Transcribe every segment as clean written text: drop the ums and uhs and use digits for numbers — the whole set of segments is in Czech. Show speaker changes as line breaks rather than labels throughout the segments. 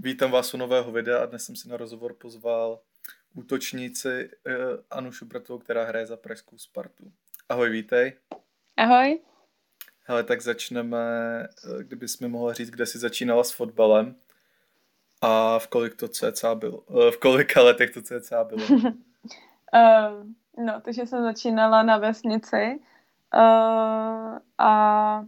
Vítám vás u nového videa a dnes jsem si na rozhovor pozval útočníci Anu Šubratovou, která hraje za pražskou Spartu. Ahoj, vítej.
Ahoj.
Hele, tak začneme, kdybys mi mohla říct, kde jsi začínala s fotbalem a v kolik to cca bylo, v kolika letech to cca bylo.
Takže jsem začínala na vesnici a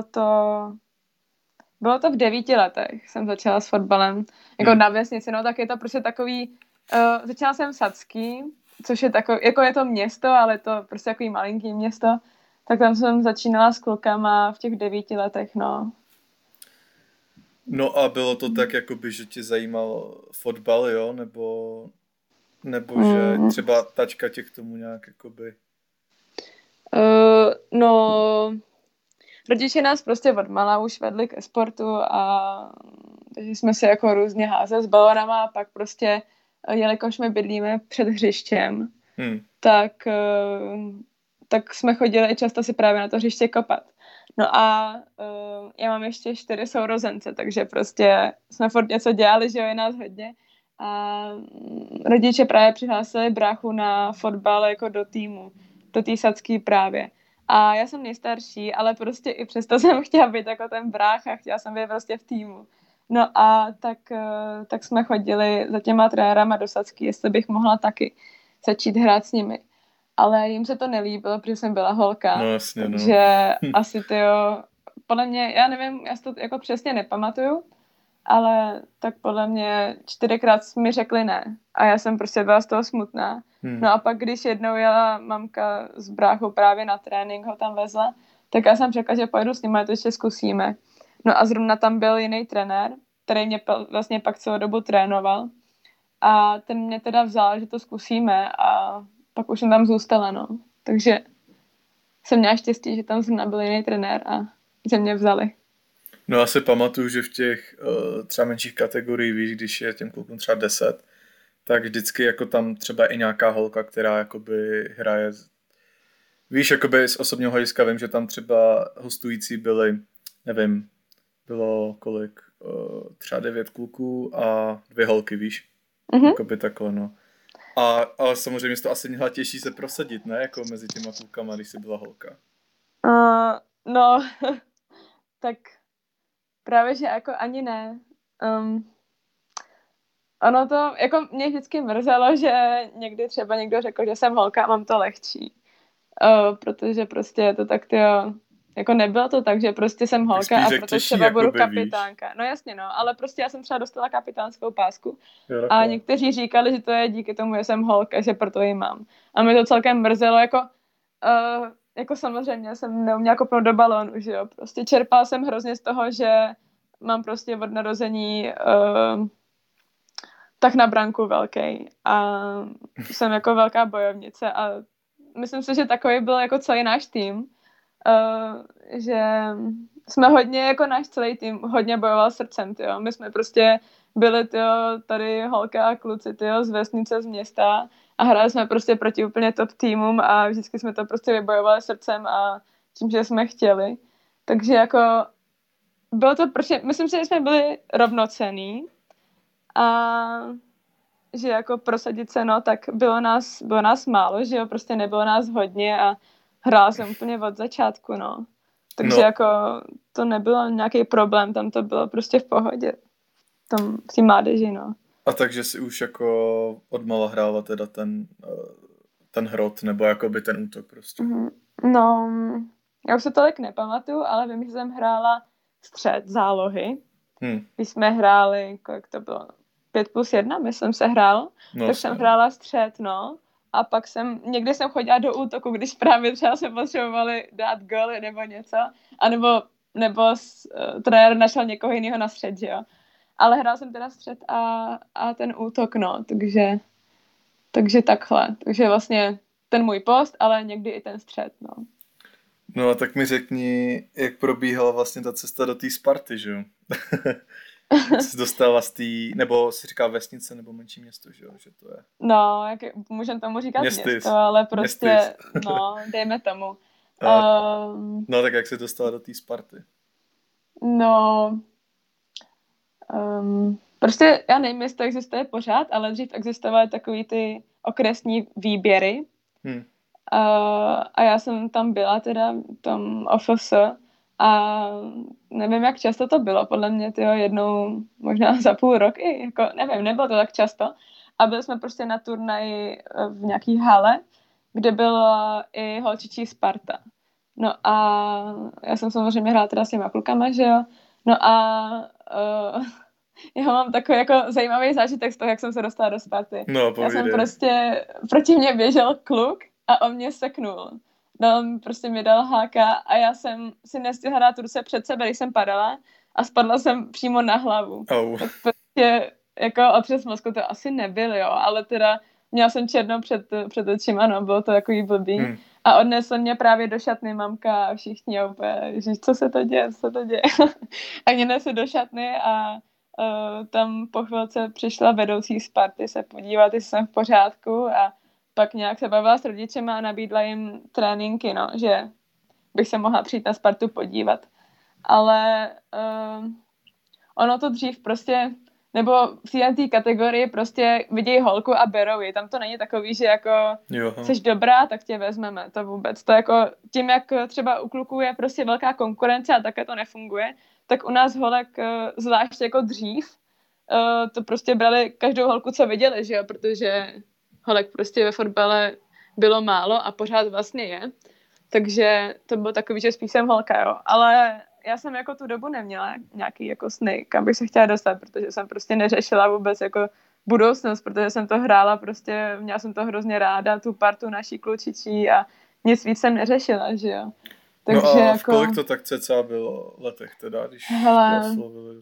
bylo to v 9 letech, jsem začala s fotbalem, jako na vesnici, no tak je to prostě takový, začala jsem v Sadský, což je takový, jako je to město, ale je to prostě takový malinký město, tak tam jsem začínala s klukama v těch 9 letech, no.
No a bylo to tak, jakoby, že tě zajímal fotbal, jo? Nebo že třeba tačka tě k tomu nějak, jakoby...
No, rodiče nás prostě odmala už vedli ke sportu a takže jsme si jako různě házeli s balonama a pak prostě, jelikož my bydlíme před hřištěm, tak jsme chodili i často si právě na to hřiště kopat. No a já mám ještě 4 sourozence, takže prostě jsme furt něco dělali, že jo, je nás hodně. A rodiče právě přihlásili bráchu na fotbal jako do týmu, do té Sadský právě. A já jsem nejstarší, ale prostě i přesto jsem chtěla být jako ten brácha, chtěla jsem být prostě v týmu. No a tak jsme chodili za těma trenérama do Sadský, jestli bych mohla taky začít hrát s nimi. Ale jim se to nelíbilo, protože jsem byla holka.
No jasně,
takže asi podle mě, já nevím, já si to jako přesně nepamatuju, ale tak podle mě 4krát mi řekli ne. A já jsem prostě byla z toho smutná. No a pak, když jednou jela mamka s bráchou právě na trénink, ho tam vezla, tak já jsem řekla, že pojedu s nimi a to ještě zkusíme. No a zrovna tam byl jiný trenér, který mě vlastně pak celou dobu trénoval. A ten mě teda vzal, že to zkusíme a pak už jsem tam zůstala, no. Takže jsem měla štěstí, že tam zrovna byl jiný trenér a že mě vzali.
No já si pamatuju, že v těch třeba menších kategoriích, víš, když je těm klukům třeba 10, tak vždycky jako tam třeba i nějaká holka, která jakoby hraje, víš, jakoby z osobního hlediska vím, že tam třeba hostující byli, nevím, bylo kolik, třeba 9 kluků a 2 holky, víš, jakoby takhle, no. Ale samozřejmě jsi to asi měla těžší se prosadit, ne, jako mezi těma klukama, když jsi byla holka.
No, tak právě, že jako ani ne. Ono to, jako mě vždycky mrzelo, že někdy třeba někdo řekl, že jsem holka a mám to lehčí. Protože prostě je to tak, jako nebylo to tak, že prostě jsem holka a proto třeba budu kapitánka. Víš. No jasně, no, ale prostě já jsem třeba dostala kapitánskou pásku a někteří říkali, že to je díky tomu, že jsem holka, že proto ji mám. A mě to celkem mrzelo, jako samozřejmě jsem neuměla kopnout do balónu, že jo. Prostě čerpala jsem hrozně z toho, že mám prostě od narození tak na branku velký a jsem jako velká bojovnice a myslím si, že takový byl jako celý náš tým, že jsme hodně, jako náš celý tým, hodně bojoval srdcem, tyjo. My jsme prostě byli, tady holka a kluci, z vesnice, z města a hráli jsme prostě proti úplně top týmům a vždycky jsme to prostě vybojovali srdcem a tím, že jsme chtěli. Takže jako bylo to prostě, myslím si, že jsme byli rovnocenní a že jako prosadit se, no, tak bylo nás málo, že jo, prostě nebylo nás hodně a hrála jsem úplně od začátku, no. Takže jako to nebylo nějaký problém, tam to bylo prostě v pohodě. V té mládeži, no.
A takže si už jako odmala hrála teda ten hrot, nebo jakoby ten útok prostě.
No, já už se tolik nepamatuju, ale vím, že jsem hrála střed zálohy. Když jsme hráli, kolik to bylo, 5+1, myslím se hrál, tak jsem hrála střed, no. A pak někdy jsem chodila do útoku, když právě třeba se potřebovali dát góly nebo něco, nebo trenér našel někoho jiného na střed, že jo. Ale hrál jsem teda střed a ten útok, no, takže takhle. Takže vlastně ten můj post, ale někdy i ten střed, no.
No a tak mi řekni, jak probíhala vlastně ta cesta do té Sparty, že jo? Jsi dostala z té, nebo si říká vesnice, nebo menší město, že jo, že to je?
No, můžeme tomu říkat město, ale prostě, no, dejme tomu.
No tak jak jsi dostala do té Sparty?
No, Prostě já nevím, jestli to existuje pořád, ale dřív existovaly takový ty okresní výběry. A já jsem tam byla teda v tom OFS a nevím, jak často to bylo, podle mě jednou, možná za půl rok, jako, nevím, nebylo to tak často. A byli jsme prostě na turnaji v nějaký hale, kde byla i holčičí Sparta. No a já jsem samozřejmě hrála teda s těma klukama, že jo. No a já mám takový jako zajímavý zážitek z toho, jak jsem se dostala do Sparty.
No,
já jsem prostě, proti mě běžel kluk a on mě seknul. On prostě mi dal háka a já jsem si nestihla dát ruce před sebe, když jsem padala a spadla jsem přímo na hlavu. Tak prostě jako otřes mozku to asi nebyl, jo, ale teda měla jsem černo před očima, no, bylo to takový blbý. A odnesl mě právě do šatny mamka a všichni úplně, co se to děje. A mě nesl do šatny a tam po chvilce přišla vedoucí Sparty se podívat, jestli jsem v pořádku a pak nějak se bavila s rodičema a nabídla jim tréninky, no, že bych se mohla přijít na Spartu podívat. Ale ono to dřív prostě, nebo v té kategorii prostě vidějí holku a berou ji. Tam to není takový, že jako jsi dobrá, tak tě vezmeme. To vůbec. To jako tím, jak třeba u kluků je prostě velká konkurence a také to nefunguje, tak u nás holek, zvlášť jako dřív, to prostě brali každou holku, co viděli, že jo, protože holek prostě ve fotbale bylo málo a pořád vlastně je. Takže to bylo takový, že spíš jsem holka, jo. Ale já jsem jako tu dobu neměla nějaký jako sny, kam bych se chtěla dostat, protože jsem prostě neřešila vůbec jako budoucnost, protože jsem to hrála prostě, měla jsem to hrozně ráda, tu partu naší klučičí a nic víc jsem neřešila, že jo.
Takže no a jako... v kolik to tak cca bylo letech teda, když
tě oslovili?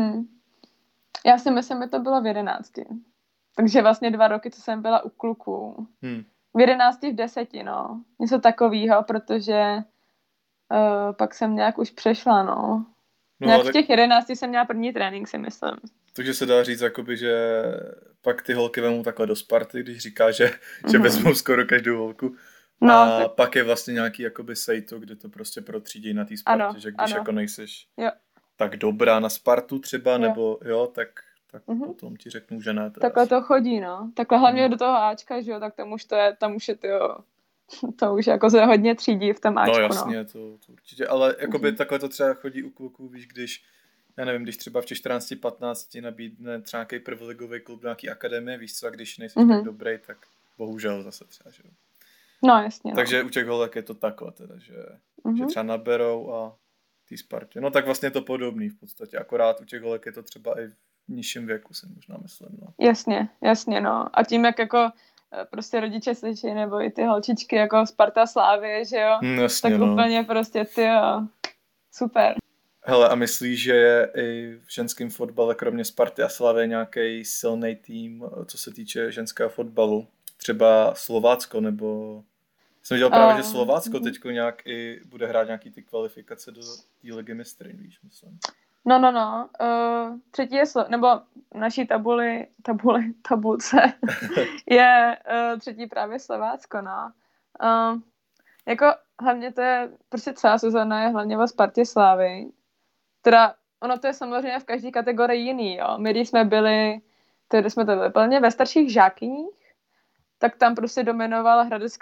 Já si myslím, že to bylo v 11. Takže vlastně 2 roky, co jsem byla u kluků. V 11 v 10, no. Něco takového, protože pak jsem nějak už přešla, no. Nějak v těch 11 jsem měla první trénink, si myslím.
Takže se dá říct, jakoby, že pak ty holky vemou takhle do Sparty, když říká, že vezmou skoro každou holku. No, a tak... pak je vlastně nějaký jakoby sejto, kde to prostě protřídí na té Spartě, že když jako nejseš tak dobrá na Spartu třeba, nebo tak potom ti řeknu, že ne.
Takhle to chodí, no. Takhle hlavně do toho Ačka, že jo, tak tam už je to už jako se hodně třídí v tom Ačku,
no. Jasně, to určitě, ale jakoby takhle to třeba chodí u kluků, víš, když, já nevím, když třeba v těch 14-15 nabídne třeba nějaký prvoligový klub do nějaký akademie, víš co, a když nejsi tak dobrý, tak bohužel zase třeba, že jo.
No, jasně.
Takže u těch holek je to takhle teda, že třeba naberou a tý Spartě. No tak vlastně je to podobný v podstatě, akorát u těch holek je to třeba i v nižším věku, si možná myslím, no.
Jasně, no. A tím, jak jako prostě rodiče slyší, nebo i ty holčičky jako Sparta Slávie, že jo,
jasně,
tak úplně prostě super.
Hele, a myslíš, že je i v ženském fotbale, kromě Sparty a Slavie, nějaký silný tým, co se týče ženského fotbalu? Třeba Slovácko, nebo... Jsem viděl právě, že Slovácko teďko nějak i bude hrát nějaký ty kvalifikace do té ligy mistryň, víš, myslím.
No. Třetí je, nebo v naší tabulce je třetí právě Slovácko, no. Jako hlavně to je, prostě celá sezóna je hlavně o Spartě Slávy. Teda ono to je samozřejmě v každé kategorii jiný, jo. My, když jsme byli plně ve starších žákyních, tak tam prostě dominoval Hradec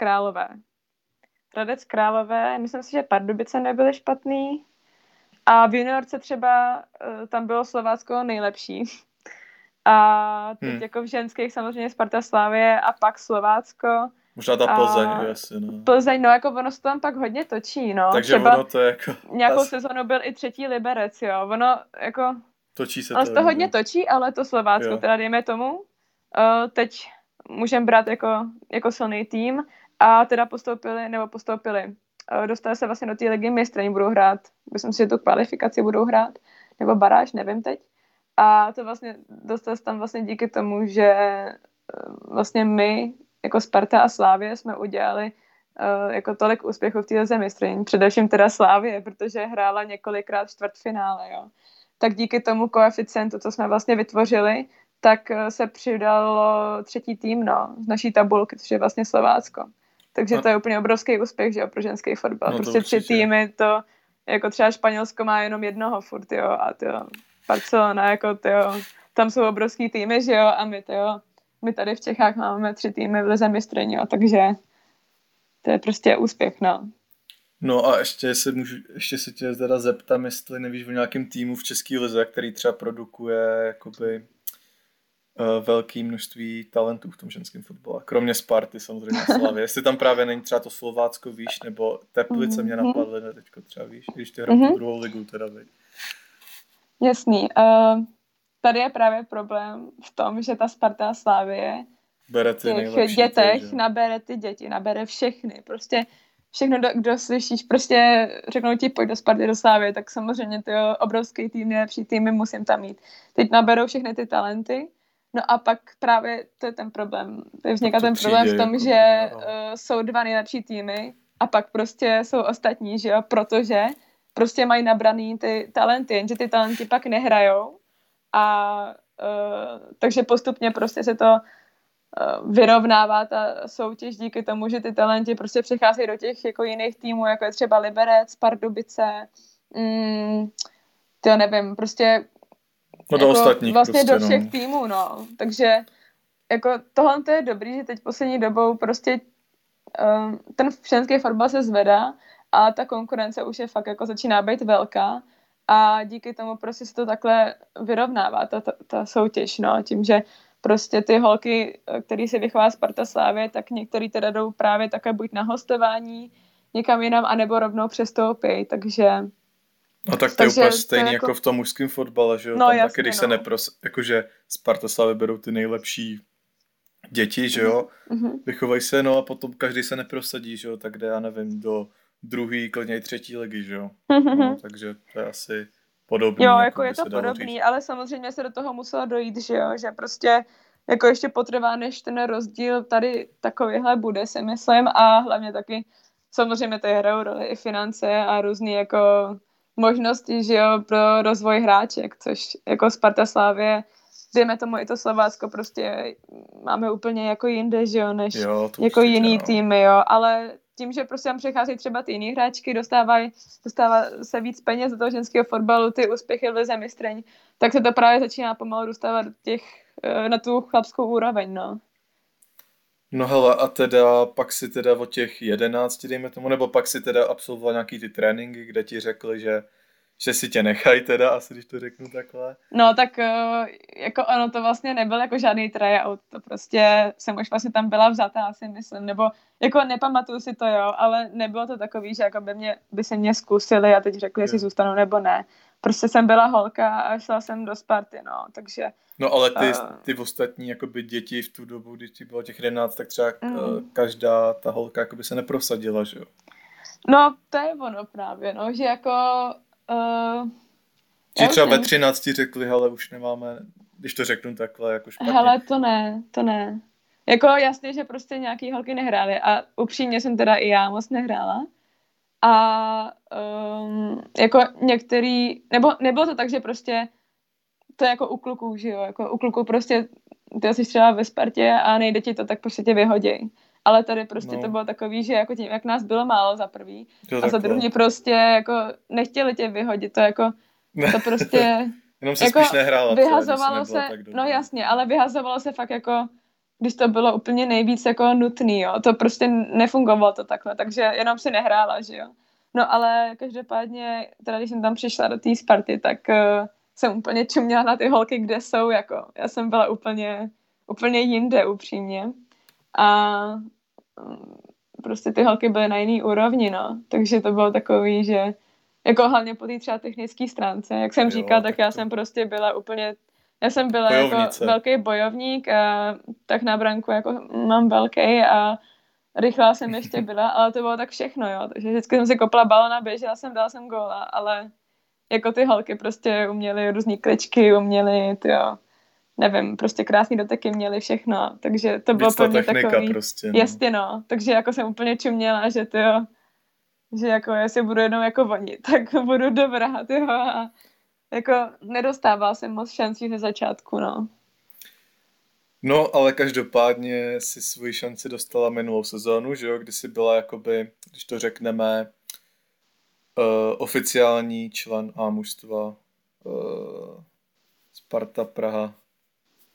Králové, myslím si, že Pardubice nebyly špatný. A v juniorce třeba tam bylo Slovácko nejlepší. A teď jako v ženských samozřejmě Sparta Slavie a pak Slovácko.
Možná ta Plzeň, jasně, no.
Plzeň, no jako ono se tam pak hodně točí, no.
Takže
třeba
ono to je jako...
Nějakou sezonu byl i 3. Liberec, jo. Ono jako...
Točí se
to hodně točí, ale to Slovácko, teda dejme tomu. Teď můžeme brát jako silný tým a teda postoupili. Dostali se vlastně do té ligy mistryň, budou hrát, myslím si, že tu kvalifikaci budou hrát, nebo baráž, nevím teď. A to vlastně dostali se tam vlastně díky tomu, že vlastně my, jako Sparta a Slávie, jsme udělali jako tolik úspěchů v té lize mistryň, především teda Slávie, protože hrála několikrát čtvrtfinále, jo. Tak díky tomu koeficientu, co jsme vlastně vytvořili, tak se přidalo 3. tým, no, z naší tabulky, což je vlastně Slovácko. Takže to je úplně obrovský úspěch, že jo, pro ženský fotbal.
No,
prostě 3 týmy, to jako třeba Španělsko má jenom jednoho furt, jo, a Barcelona, jako tam jsou obrovský týmy, že jo, a my tady v Čechách máme 3 týmy v lize mistryň, jo, takže to je prostě úspěch, no.
No a ještě se tě teda zeptám, jestli nevíš o nějakém týmu v České lize, který třeba produkuje jakoby velké množství talentů v tom ženském fotbale. Kromě Sparty samozřejmě a Slavie. Jestli tam právě není třeba to Slovácko, víš, nebo Teplice mě napadly, ne teďko třeba, víš, když ty hrajou tu druhou ligu teda, víš.
Jasný. Tady je právě problém v tom, že ta Sparta a Slavie
bere ty nejlepší
dětech nabere ty děti, nabere všechny. Prostě všechno, kdo slyšíš, prostě řeknou ti, pojď do Sparty, do Slávie, tak samozřejmě ty obrovský tým, nejlepší týmy musím tam mít. Teď naberou všechny ty talenty, no a pak právě to je ten problém. Vzniká ten problém v tom, jako, že jsou 2 nejlepší týmy a pak prostě jsou ostatní, že jo, protože prostě mají nabraný ty talenty, jenže ty talenty pak nehrajou a takže postupně prostě se to vyrovnává ta soutěž díky tomu, že ty talenti prostě přecházejí do těch jako jiných týmů, jako je třeba Liberec, Pardubice, to nevím, prostě
no do ostatních
vlastně
prostě,
do všech týmů, no. Takže jako tohle to je dobrý, že teď poslední dobou prostě ten ženský fotbal se zvedá a ta konkurence už je fakt jako začíná být velká a díky tomu prostě se to takhle vyrovnává, ta soutěž, no, tím, že prostě ty holky, který se vychová Sparta Slávě, tak některý teda jdou právě také buď na hostování někam jinam, anebo rovnou přestoupí, takže...
No tak to je úplně stejný jako v tom mužském fotbale, že jo?
No,
tam
jasně,
taky, když se jakože Sparta Slávě berou ty nejlepší děti, že jo? Vychovají se, no a potom každý se neprosadí, že jo? Tak jde, já nevím, do druhý, klidně i 3. ligy, že jo? No, takže to je asi podobný.
Jo, jako je to podobný, ale samozřejmě se do toho muselo dojít, že jo, že prostě jako ještě potrvá, než ten rozdíl tady takovýhle bude, si myslím, a hlavně taky samozřejmě tady hrajou roli i finance a různý jako možnosti, že jo, pro rozvoj hráček, což jako Sparta Slávie, dejme tomu i to Slovácko, prostě máme úplně jako jinde, že jo, než jako jiný týmy, jo, ale tím, že prostě tam přecházejí třeba ty jiný hráčky, dostává se víc peněz do toho ženského fotbalu, ty úspěchy v lize mistryň, tak se to právě začíná pomalu dostávat na tu chlapskou úroveň, no.
No hele, a teda pak si teda od těch 11, dejme tomu, nebo pak si teda absolvoval nějaký ty tréninky, kde ti řekli, že si tě nechají teda, asi když to řeknu takhle.
No tak jako ono to vlastně nebyl jako žádný tryout, to prostě jsem už vlastně tam byla vzatá, si myslím, nebo jako nepamatuju si to, jo, ale nebylo to takový, že jako by se mě zkusili a teď řekli, jestli zůstanu nebo ne. Prostě jsem byla holka a šla jsem do Sparty, no, takže...
No ale ty ostatní jakoby děti v tu dobu, když ti bylo těch 11, tak třeba každá ta holka jakoby se neprosadila, že jo?
No, to je ono právě, no, že jako...
Či třeba ve 13 řekli, hele, už nemáme, když to řeknu takhle, jako špatně.
Hele, to ne. Jako jasně, že prostě nějaký holky nehrály a upřímně jsem teda i já moc nehrála. A jako některý, nebo nebylo to tak, že prostě to je jako u kluků, že jo, jako u kluků prostě ty jsi třeba ve Spartě a nejde ti to, tak prostě tě vyhoděj. Ale tady prostě to bylo takový, že jako tím, jak nás bylo málo za prvý a za druhý prostě jako nechtěli tě vyhodit, to jako to prostě
jenom se
jako
spíš nehrála.
Vyhazovalo se, no jasně, ale vyhazovalo se fakt jako, když to bylo úplně nejvíc jako nutný, jo, to prostě nefungovalo to takhle, takže jenom si nehrála, že jo. No ale každopádně, teda když jsem tam přišla do té Sparty, tak jsem úplně čuměla na ty holky, kde jsou, jako, já jsem byla úplně jinde upřímně a prostě ty holky byly na jiný úrovni, no, takže to bylo takový, že jako hlavně po té třeba technické stránce, jak jsem říkala, tak já jsem prostě byla úplně, já jsem byla
bojovnice.
Jako velký bojovník a tak na branku jako mám velký a rychlá jsem ještě byla, ale to bylo tak všechno, jo, takže vždycky jsem si kopla balona, běžela jsem, dala jsem góla, ale jako ty holky prostě uměly různý kličky, uměly, jo, nevím, prostě krásný doteky měly všechno, takže to bylo pro mě takový,
prostě, no.
Jasně, no, takže jako jsem úplně čuměla, že že jako jestli budu jednou jako oni, tak budu dobrá, tyjo, a jako nedostával jsem moc šancí ze začátku, no.
No, ale každopádně si svoji šanci dostala minulou sezónu, že jo, kdy jsi byla jakoby, když to řekneme, oficiální člen A mužstva Sparta Praha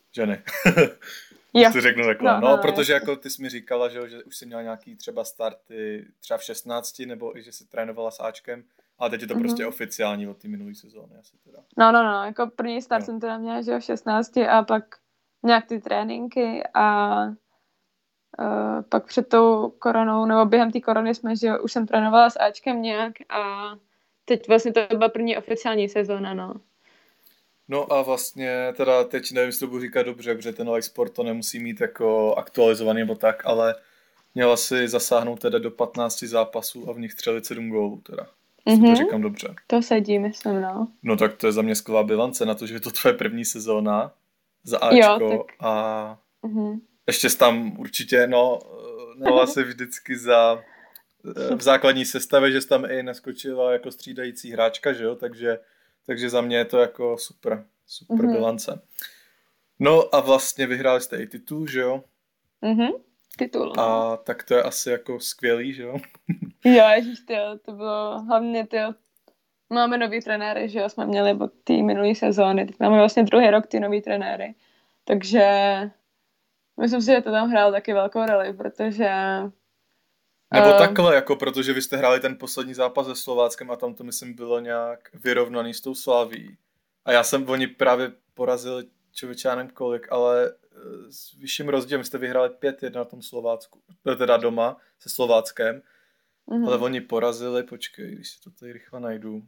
ženy.
Jo.
Když to řeknu takhle.
No,
No, protože
jasně.
jako ty jsi mi říkala, že už jsi měla nějaký třeba starty třeba v 16, nebo i že jsi trénovala s Ačkem, ale teď je to prostě oficiální od té minulé sezóny asi teda.
No, jako první start
Jo.
jsem teda měla, že v 16 a pak nějak ty tréninky a pak před tou koronou, nebo během té korony jsme, že už jsem trénovala s Ačkem nějak a teď vlastně to byla první oficiální sezóna, no.
No a vlastně teda teď nevím, jestli to budu říkat dobře, protože ten live sport to nemusí mít jako aktualizovaný nebo tak, ale měla si zasáhnout teda do 15 zápasů a v nich střelit 7 gólů teda. Jestli to říkám dobře.
To sedí, myslím, no.
No tak to je za mě skvělá bilance na to, že je to tvoje první sezóna za Ačko
Jo, tak.
a ještě jsi tam určitě, no asi vždycky v základní sestavě, že jsi tam i naskočila jako střídající hráčka, že jo, takže za mě je to jako super bilance. No a vlastně vyhráli jste i titul, že jo?
Titul, no.
A tak to je asi jako skvělý, že jo?
Jo, ježiš, tyjo, to bylo hlavně, tyjo, máme nový trenéry, že jo, jsme měli od té minulé sezóny, teď máme vlastně druhý rok ty nový trenéry, takže myslím si, že to tam hrál taky velkou roli, protože...
Nebo takhle, jako protože vy jste hráli ten poslední zápas se Slováckem a tam to myslím bylo nějak vyrovnaný s tou Slaví. A oni právě porazili člověče, já nevím kolik, ale s vyšším rozdílem jste vyhráli 5-1 na tom Slovácku, teda doma se Slováckem, ale oni porazili, počkej, když si to tady rychle najdu.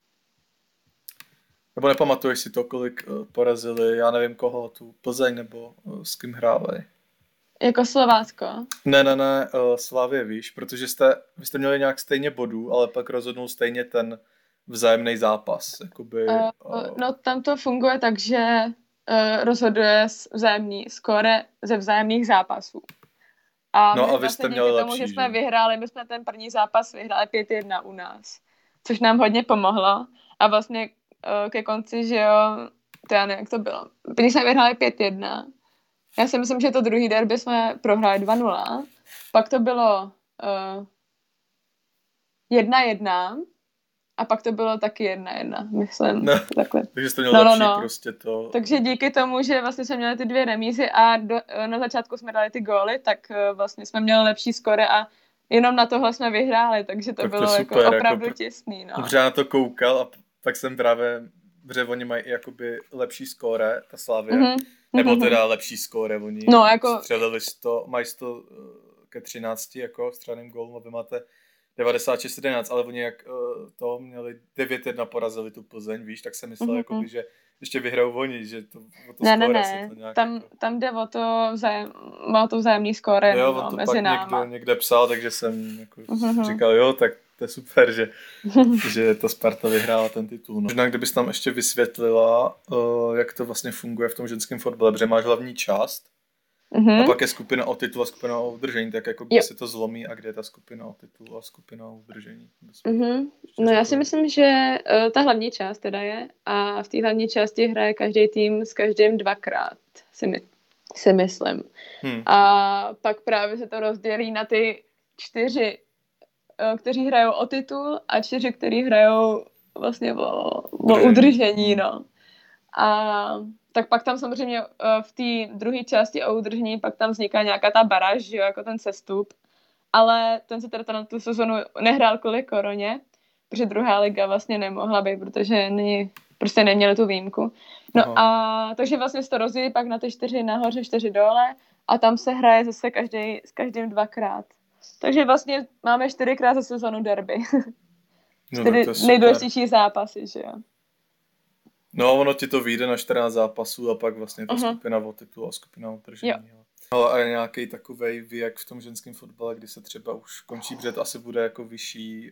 Nebo nepamatuješ si to, kolik porazili, já nevím koho, tu Plzeň nebo s kým hráli.
Jako Slovácko?
Ne, Slávě víš, protože vy jste měli nějak stejně bodů, ale pak rozhodnul stejně ten vzájemný zápas. Jakoby,
No tam to funguje tak, že rozhoduje vzájemný skóre ze vzájemných zápasů. A
no
my
a vy
vlastně
jste měli
díky tomu,
lepší,
že jsme vyhráli, my jsme ten první zápas vyhráli 5-1 u nás, což nám hodně pomohlo. A vlastně ke konci, že jo, to já nevím, jak to bylo. Když jsme vyhráli 5-1, já si myslím, že to druhý derby jsme prohráli 2-0, pak to bylo 1-1 a pak to bylo taky 1-1, myslím.
No,
takhle.
takže jste měli lepší prostě to.
Takže díky tomu, že vlastně jsme měli ty 2 remízy a na začátku jsme dali ty góly, tak vlastně jsme měli lepší skóre a jenom na tohle jsme vyhráli, takže to
tak
bylo
to
jako
super,
opravdu
jako,
těsný. No.
Dobře, já na to koukal a pak jsem právě, protože oni mají jakoby lepší skóre, ta Slavie, nebo teda lepší skóre, oni střelili 100, mají 100 ke 13 jako střelným gólům a vy máte 96-11, ale oni jak to měli 9-1 porazili tu Plzeň, víš, tak jsem myslel, jakoby, že ještě vyhrajou oni, že to skóre se to nějak...
Tam jde o to, má to vzájemný skóre
jo, to mezi náma. Někde psal, takže jsem jako říkal, jo, tak to je super, že ta Sparta vyhrála ten titul. No. Možná kdybys tam ještě vysvětlila, jak to vlastně funguje v tom ženském fotbale, protože máš hlavní část, a pak je skupina o titul a skupina o udržení, tak jako kde se to zlomí a kde je ta skupina o titul a skupina o udržení.
No já si myslím, že ta hlavní část teda je a v té hlavní části hraje každý tým s každým 2krát, si myslím. A pak právě se to rozdělí na ty 4, kteří hrajou o titul a 4, kteří hrajou vlastně o udržení, no. A tak pak tam samozřejmě v té druhé části o udržení pak tam vzniká nějaká ta baráž, že jo, jako ten sestup. Ale ten se teda na tu sezonu nehrál kvůli koroně, protože druhá liga vlastně nemohla být, protože prostě neměli tu výjimku. No a takže vlastně se to rozdělí pak na ty 4 nahoře, 4 dole a tam se hraje zase s každým 2krát. Takže vlastně máme 4krát za sezonu derby. 4 nejdůležitější zápasy, že jo.
No, ono ti to vyjde na 14 zápasů a pak vlastně ta skupina o titul a skupina o udržení. No a nějaký takovej věk v tom ženském fotbale, kdy se třeba už končí, protože to asi bude jako vyšší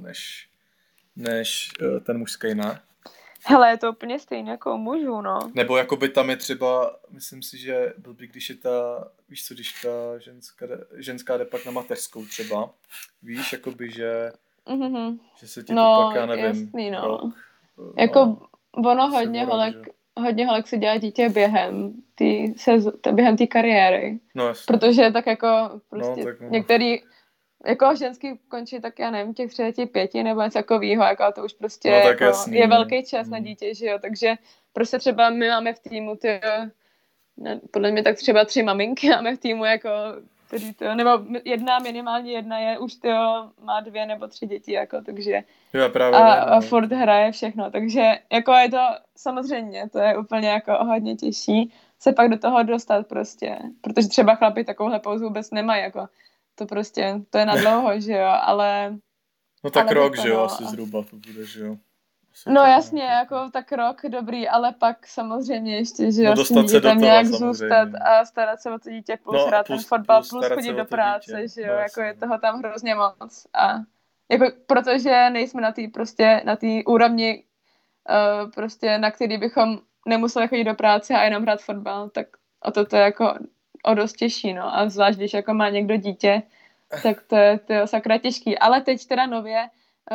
než ten mužský, ne?
Hele, je to úplně stejně jako u mužů, no.
Nebo jakoby tam je třeba, myslím si, že blbý, když je víš co, když ta ženská jde pak na mateřskou třeba, víš, jakoby, že se ti to pak, já nevím,
jasný, no. Rok, jako ono hodně holek si dělá dítě během té kariéry.
No, jasný.
Protože tak jako prostě některý jako ženský končí tak já nevím, těch 35 nebo něco takového, jako to už prostě
jasný,
je velký čas na dítě, že jo, takže prostě třeba my máme v týmu podle mě tak třeba 3 maminky máme v týmu, jako, který to, nebo minimálně jedna je, už to má 2 nebo 3 děti, jako, takže
Já právě
a furt hraje všechno, takže jako je to, samozřejmě, to je úplně jako hodně těžší se pak do toho dostat prostě, protože třeba chlapi takovouhle pauzu vůbec nemají, jako, to prostě, to je na dlouho, že jo, ale...
No tak
ale
rok,
to,
že jo,
no,
asi zhruba to bude, že jo.
No jasně, jako tak rok dobrý, ale pak samozřejmě ještě, že jo,
no,
s tím dítětem nějak zůstat
samozřejmě.
a starat se o to dítě, plus hrát ten fotbal, plus chodit do práce, že jo,
no,
jako je toho tam hrozně moc. A jako, protože nejsme na té prostě, na té úrovni, prostě na který bychom nemuseli chodit do práce a jenom hrát fotbal, tak o to je jako o dost těžší, no. A zvlášť, když jako má někdo dítě, tak to je sakra těžký. Ale teď teda nově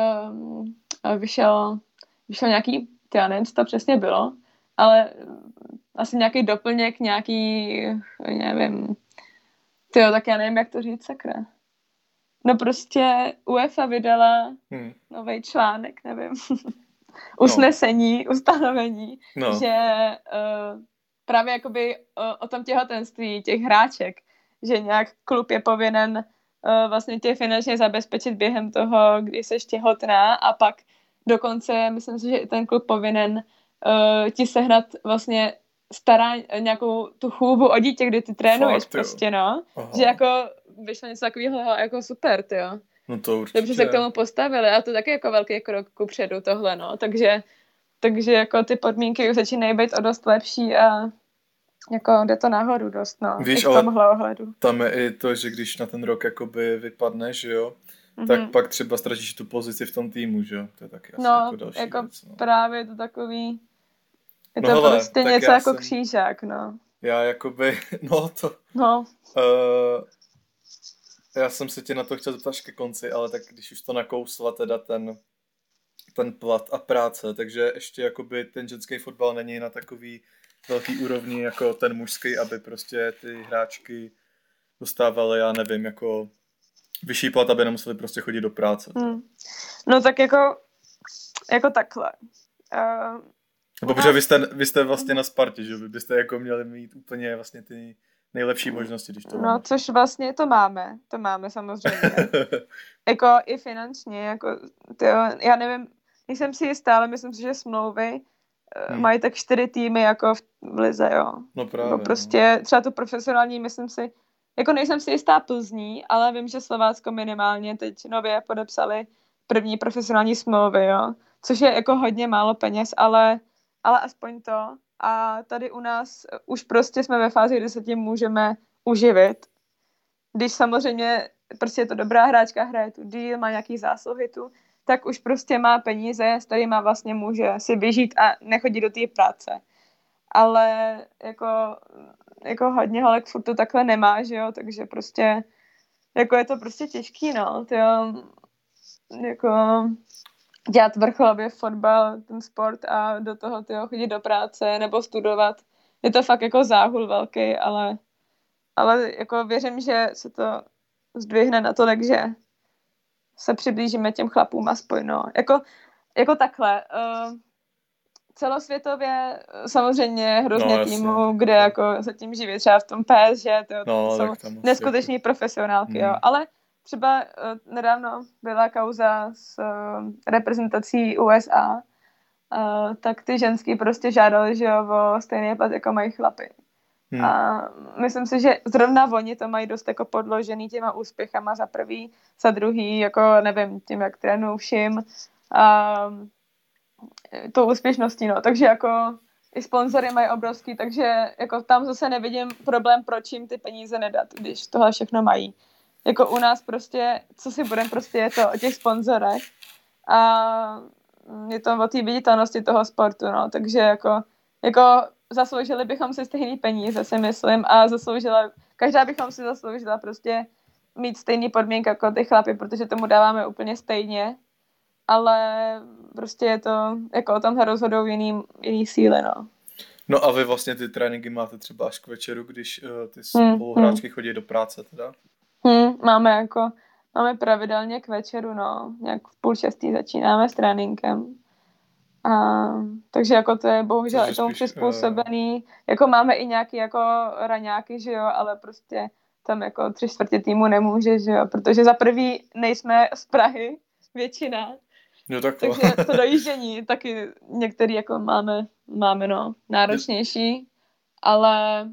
vyšel nějaký, já nevím, co to přesně bylo, ale asi nějaký doplněk, nějaký, nevím, tak já nevím, jak to říct, sakra. No prostě UEFA vydala nový článek, nevím, usnesení, ustanovení, že právě jakoby o tom těhotenství těch hráček, že nějak klub je povinen vlastně tě finančně zabezpečit během toho, kdy jsi těhotná a pak dokonce, myslím si, že i ten klub povinen ti sehnat vlastně nějakou tu chůvu o dítě, kdy ty trénuješ. Fakt, prostě, no. Aha. Že jako vyšlo něco takového jako super, tyjo.
No to určitě.
Dobře se k tomu postavili a to taky jako velký krok kupředu tohle, no. Takže jako ty podmínky už začínají být o dost lepší a jako jde to nahoru dost, no.
Víš,
i v tomhle ohledu.
Tam je i to, že když na ten rok jakoby vypadneš, jo, tak pak třeba ztratíš tu pozici v tom týmu, že jo? To je taky asi jako další
jako
věc, no.
právě je to takový, je to prostě něco jako křížák, no.
Já jakoby, já jsem se tě na to chtěl zeptat ke konci, ale tak když už to nakousla teda ten plat a práce, takže ještě jakoby ten ženský fotbal není na takový velký úrovni jako ten mužský, aby prostě ty hráčky dostávaly, já nevím, jako vyšší plat, aby nemuseli prostě chodit do práce.
No tak jako takhle.
Protože vy jste vlastně na Spartě, že vy byste jako měli mít úplně vlastně ty nejlepší možnosti, když to
No, což vlastně to máme samozřejmě. Jako i finančně, jako já nevím, nejsem si jistá, ale myslím si, že smlouvy mají tak 4 týmy jako v lize, jo.
No právě.
No prostě třeba to profesionální, myslím si, jako nejsem si jistá Plzní, ale vím, že Slovácko minimálně teď nově podepsali první profesionální smlouvy, jo. Což je jako hodně málo peněz, ale aspoň to. A tady u nás už prostě jsme ve fázi, kdy se tím můžeme uživit. Když samozřejmě prostě je to dobrá hráčka, hraje tu díl, má nějaký zásluhy tu, tak už prostě má peníze, s kterýma vlastně může si vyžít a nechodit do té práce. Ale jako hodně holek furt to takhle nemá, že jo, takže prostě jako je to prostě těžký, no, jako dělat vrcholově fotbal, ten sport a do toho chodit do práce nebo studovat. Je to fakt jako záhul velký, ale jako věřím, že se to zdvihne natolik, že se přiblížíme těm chlapům aspoň, no. Jako takhle. Celosvětově samozřejmě hrozně týmů, kde jako se tím živí, třeba v tom PSG, to jsou neskuteční profesionálky, jo. Ale třeba nedávno byla kauza s reprezentací USA, tak ty ženský prostě žádali, že jo, o stejný plat, jako mají chlapy. A myslím si, že zrovna oni to mají dost jako podložený těma úspěchama za prvý, za druhý, jako nevím, tím, jak trénují všim, tou úspěšností, no. Takže jako i sponzory mají obrovský, takže jako tam zase nevidím problém, proč jim ty peníze nedat, když tohle všechno mají. Jako u nás prostě, co si budeme, prostě je to o těch sponzorech a je to o té viditelnosti toho sportu, no. Takže jako zasloužili bychom si stejný peníze, si myslím, a každá bychom si zasloužila prostě mít stejný podmínky jako ty chlapy, protože tomu dáváme úplně stejně, ale prostě je to, jako o tomhle rozhodou jiný síly, no.
No a vy vlastně ty tréninky máte třeba až k večeru, když ty spoluhráčky chodí do práce, teda?
Máme pravidelně k večeru, no. Nějak v 5:30 začínáme s tréninkem. A, takže jako to je bohužel
Což je
i tomu
spíš,
přizpůsobený, jako máme i nějaký jako raňáky, že jo, ale prostě tam jako 3/4 týmu nemůže, že jo, protože za prvý nejsme z Prahy, většina,
jo, takhle.
takže to dojíždění taky některý jako máme no, náročnější, ale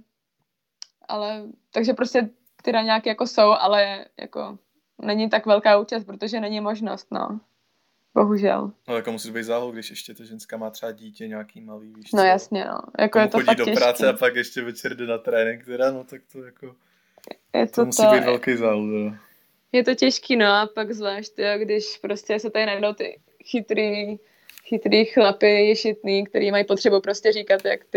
takže prostě ty raňáky jako jsou, ale jako není tak velká účast, protože není možnost, no. Bohužel.
No jako musí být záhul, když ještě ta ženská má třeba dítě nějaký malý, víš co?
No jasně, no. Jako
Komu
je to
chodí
fakt
do
těžký.
práce a pak ještě večer jde na trénink, teda, no tak to jako...
Je
To musí být velký záhul, teda.
Je to těžký, no a pak zvlášť, jo, když prostě se tady najdou ty chytrý chlapy, ješitný, který mají potřebu prostě říkat,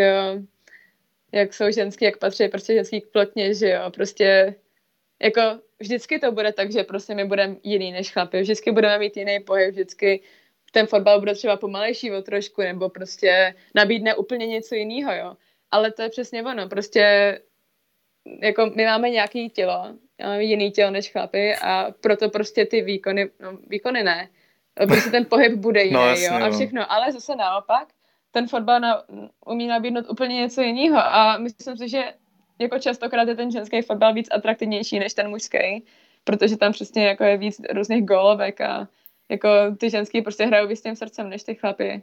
jak jsou ženský, jak patří prostě ženský k plotně, že jo, prostě jako vždycky to bude tak, že prostě my budeme jiný než chlapi, vždycky budeme mít jiný pohyb, vždycky ten fotbal bude třeba pomalejší o trošku, nebo prostě nabídne úplně něco jiného, jo. Ale to je přesně ono, prostě jako my máme nějaký tělo, máme jiný tělo než chlapy a proto prostě ty výkony ne, prostě ten pohyb bude jiný,
no, jasně,
jo, a všechno, ale zase naopak, ten fotbal umí nabídnout úplně něco jiného a myslím si, že jako častokrát je ten ženský fotbal víc atraktivnější než ten mužský, protože tam přesně jako je víc různých gólovek a jako ty ženský prostě hrajou víc tím srdcem než ty chlapy.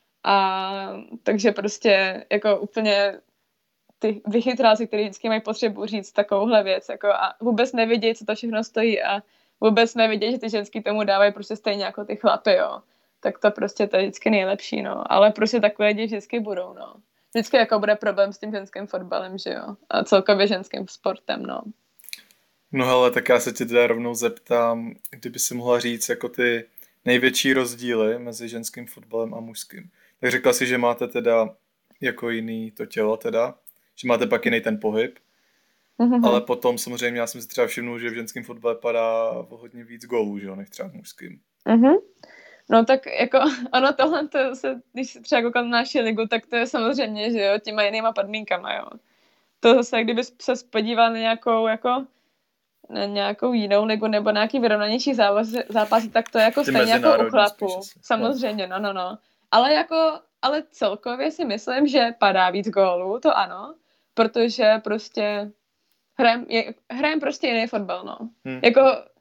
A takže prostě jako úplně ty vychytráci, kteří vždycky mají potřebu říct takovouhle věc jako a vůbec nevědějí, co to všechno stojí a vůbec nevědějí, že ty ženský tomu dávají prostě stejně jako ty chlapy, jo. Tak to prostě to je vždycky nejlepší, no. Ale prostě takové lidi vždycky budou, no. Vždycky jako bude problém s tím ženským fotbalem, že jo. A celkově ženským sportem, no.
No hele, tak já se tě teda rovnou zeptám, kdyby si mohla říct jako ty největší rozdíly mezi ženským fotbalem a mužským. Tak řekla si, že máte teda jako jiný to tělo teda, že máte pak jiný ten pohyb, ale potom samozřejmě já jsem si třeba všimnul, že v ženském fotbale padá o hodně víc gólů, že jo, než třeba v mužským.
No tak jako ono tohle, to se, když se třeba koukám na naši ligu, tak to je samozřejmě, že jo, těma jinýma podmínkama, jo. To zase, kdyby se podíval na nějakou jinou ligu nebo nějaký vyrovnanější zápasy, tak to je jako stejně jako u chlapů. Samozřejmě, no. Ale celkově si myslím, že padá víc gólů, to ano, protože prostě hrajem prostě jiný fotbal, no. Jako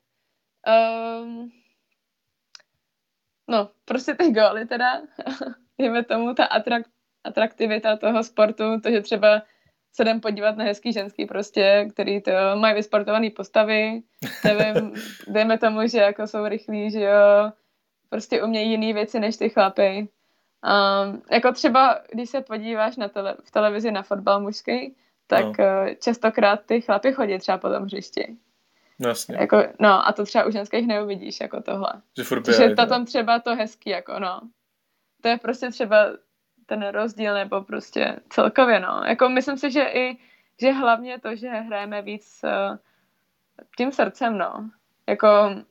no, prostě ty góly teda, dejme tomu ta atraktivita toho sportu, to, že třeba se jdem podívat na hezký ženský prostě, který to mají vysportovaný postavy, nevím, dejme tomu, že jako jsou rychlí, že jo, prostě umějí jiný věci než ty chlapy. Jako třeba, když se podíváš v televizi na fotbal mužský, tak častokrát ty chlapy chodí třeba po tom hřišti.
Jasně.
Jako, no a to třeba u ženských neuvidíš jako tohle.
Že
je tam třeba to hezký, jako no. To je prostě třeba ten rozdíl, nebo prostě celkově, no. Jako myslím si, že hlavně to, že hrajeme víc tím srdcem, no. Jako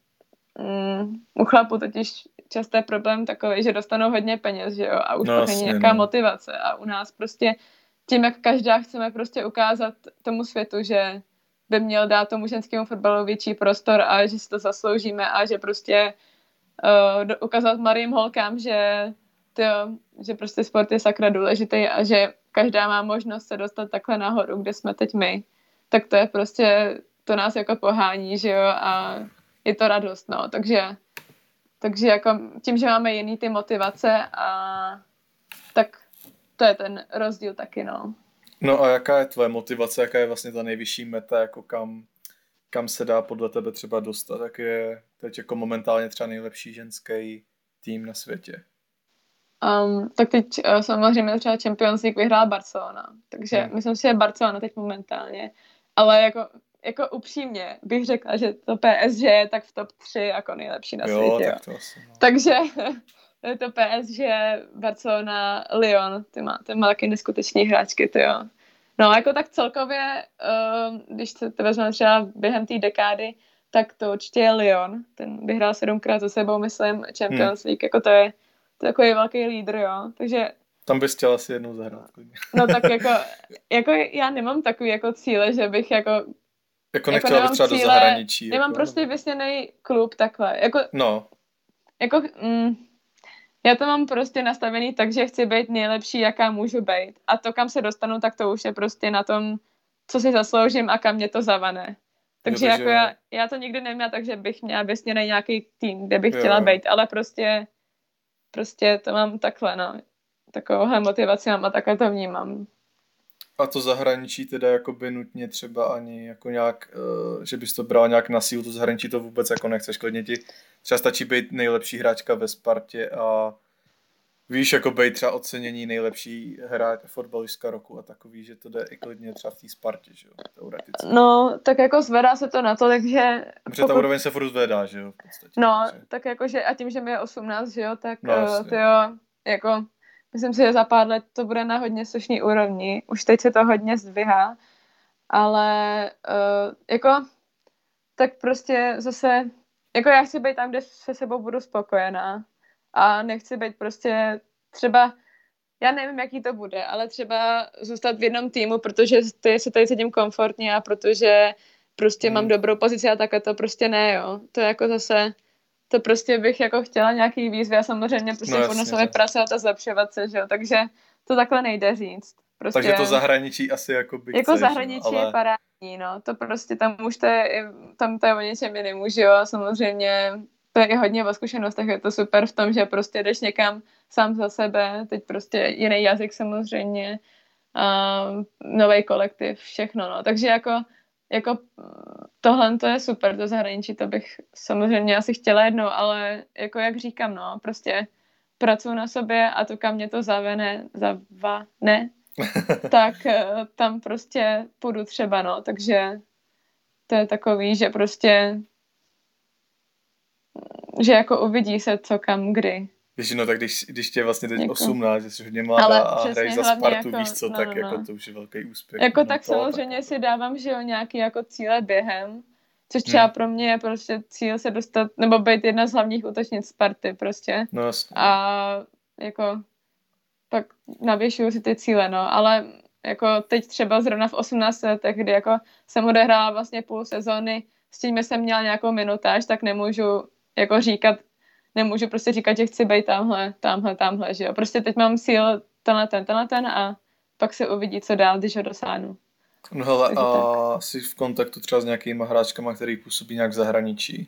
u chlapů totiž často je problém takový, že dostanou hodně peněz, že jo, a už pak není nějaká motivace. A u nás prostě tím, jak každá chceme prostě ukázat tomu světu, že by měl dát tomu ženskému fotbalu větší prostor a že si to zasloužíme a že prostě ukázat mladým holkám, že prostě sport je sakra důležitý a že každá má možnost se dostat takhle nahoru, kde jsme teď my. Tak to je prostě, to nás jako pohání, že jo, a je to radost, no. Takže jako tím, že máme jiný ty motivace a tak to je ten rozdíl taky, no.
No a jaká je tvoje motivace, jaká je vlastně ta nejvyšší meta, jako kam se dá podle tebe třeba dostat, jak je teď jako momentálně třeba nejlepší ženský tým na světě?
Tak teď samozřejmě třeba Champions League vyhrál Barcelona, takže myslím si, že Barcelona teď momentálně, ale jako upřímně bych řekla, že to PSG je tak v top 3 jako nejlepší na světě.
Tak to asi, no.
Takže je to PSG, Barcelona, Lyon, ty má taky neskutečný hráčky, ty jo. No jako tak celkově, když se to vezmeme třeba během té dekády, tak to určitě je Lyon, ten vyhrál 7krát za sebou, myslím, Champions League, jako to je takový velký lídr, jo, takže...
Tam bys chtěla si jednou zahrát.
No tak jako já nemám takový jako cíle, že bych jako
nechtěla bych třeba do zahraničí.
Nemám prostě vysněný klub takhle, jako...
No.
Jako... Já to mám prostě nastavený tak, že chci být nejlepší, jaká můžu být. A to, kam se dostanu, tak to už je prostě na tom, co si zasloužím a kam mě to zavane.
Jo,
Takže jako já to nikdy neměla tak, že bych měla vysněný nějaký tým, kde bych chtěla být, ale prostě to mám takhle, no. Takovouhle motivaci mám a takhle to vnímám.
A to zahraničí teda jakoby nutně třeba ani jako nějak, že bys to bral nějak na sílu, to zahraničí to vůbec jako nechceš, klidně ti třeba stačí být nejlepší hráčka ve Spartě a víš, jako být třeba ocenění nejlepší hráč fotbalistka roku a takový, že to jde i klidně třeba v té Spartě, že jo, teoreticky.
No, tak jako zvedá se to na to, takže...
Protože ta úroveň se furt zvedá, že jo, v podstatě.
No,
takže...
tak jakože a tím, že mi je 18, že jo, tak
no,
to jo, jako myslím si, že za pár let to bude na hodně slušný úrovni. Už teď se to hodně zdvihá, ale jako tak prostě zase, jako já chci být tam, kde se sebou budu spokojená a nechci být prostě třeba, já nevím, jaký to bude, ale třeba zůstat v jednom týmu, protože se tady cítím komfortně a protože prostě mám dobrou pozici a takhle to prostě ne, jo. To je jako zase, to prostě bych jako chtěla nějaký výzvy a samozřejmě prostě furt na sobě pracovat a zlepšovat se, že jo. Takže to takhle nejde říct. Prostě,
takže to zahraničí asi jako
chceš, zahraničí ale... je parádní, no. To prostě tam už tam to je o něčem jiném, že jo. Samozřejmě to je i hodně o zkušenostech, je to super v tom, že prostě jdeš někam sám za sebe, teď prostě jiný jazyk samozřejmě, nový kolektiv, všechno, no. Takže jako tohle to je super, to zahraničí, to bych samozřejmě asi chtěla jednou, ale jako jak říkám, no, prostě pracuji na sobě a to, kam mě to zavane, tak tam prostě půjdu třeba, no, takže to je takový, že prostě že jako uvidí se co kam kdy.
Víš, no tak když tě vlastně teď 18, že jsi hodně mladá a hraješ za Spartu,
jako,
víš co, tak jako to už je velký úspěch.
Jako tak samozřejmě tak si dávám, že jo, nějaký jako cíle během, což třeba pro mě je prostě cíl se dostat, nebo být jedna z hlavních útočnic Sparty prostě.
No jasně.
A jako pak navěšuju si ty cíle, no, ale jako teď třeba zrovna v 18 letech, kdy jako jsem odehrála vlastně půl sezóny, s tím jsem měla nějakou minutáž, tak nemůžu prostě říkat, že chci být tamhle, že jo. Prostě teď mám cíl tenhle ten a pak se uvidí, co dál, když ho dosáhnu.
No hele, a jsi v kontaktu třeba s nějakýma hráčkama, který působí nějak v zahraničí?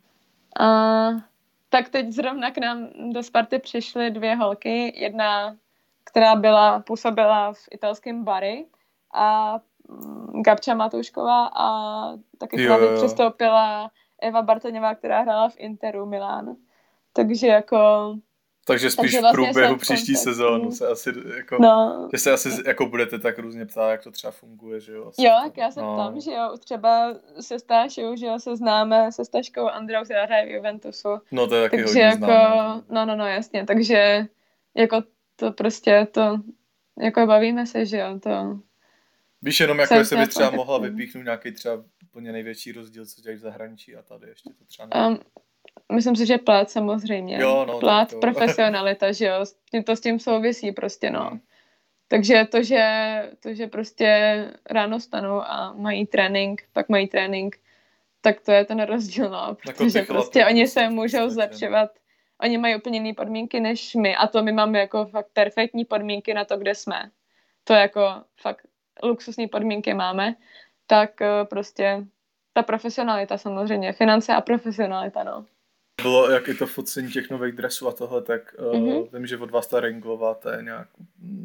Tak teď zrovna k nám do Sparty přišly 2 holky, jedna, která působila v italském Bari a Gabča Matoušková a taky přestoupila Eva Bartoňová, která hrála v Interu Milán. Takže jako...
Takže spíš v průběhu příští sezónu se asi jako... Že se asi jako budete tak různě ptát, jak to třeba funguje, že jo?
Jo, tak já se ptám, že jo, třeba se Stášou, že jo, se známe se Staškou Androu, která hraje v Juventusu.
No to je taky
takže
hodně
jako, známé. No, jasně, takže jako to prostě to, jako bavíme se, že jo, to...
Víš jenom, jako jestli by třeba mohla vypíchnout nějaký třeba úplně největší rozdíl, co dělají v zahraničí a tady ještě to třeba nevím.
Myslím si, že plat samozřejmě.
Jo, no,
plat, profesionalita, že jo, s tím souvisí prostě, no. Takže to, že prostě ráno stanou a pak mají trénink, tak to je ten rozdíl, no. Protože prostě oni se můžou zlepšovat. Oni mají úplně jiné podmínky než my a to my máme jako fakt perfektní podmínky na to, kde jsme. To jako fakt luxusní podmínky máme. Tak prostě ta profesionalita samozřejmě, finance a profesionalita, no.
Bylo jak i to focení těch nových dresů a tohle, tak vím, že od vás ta Ringlová, to je nějak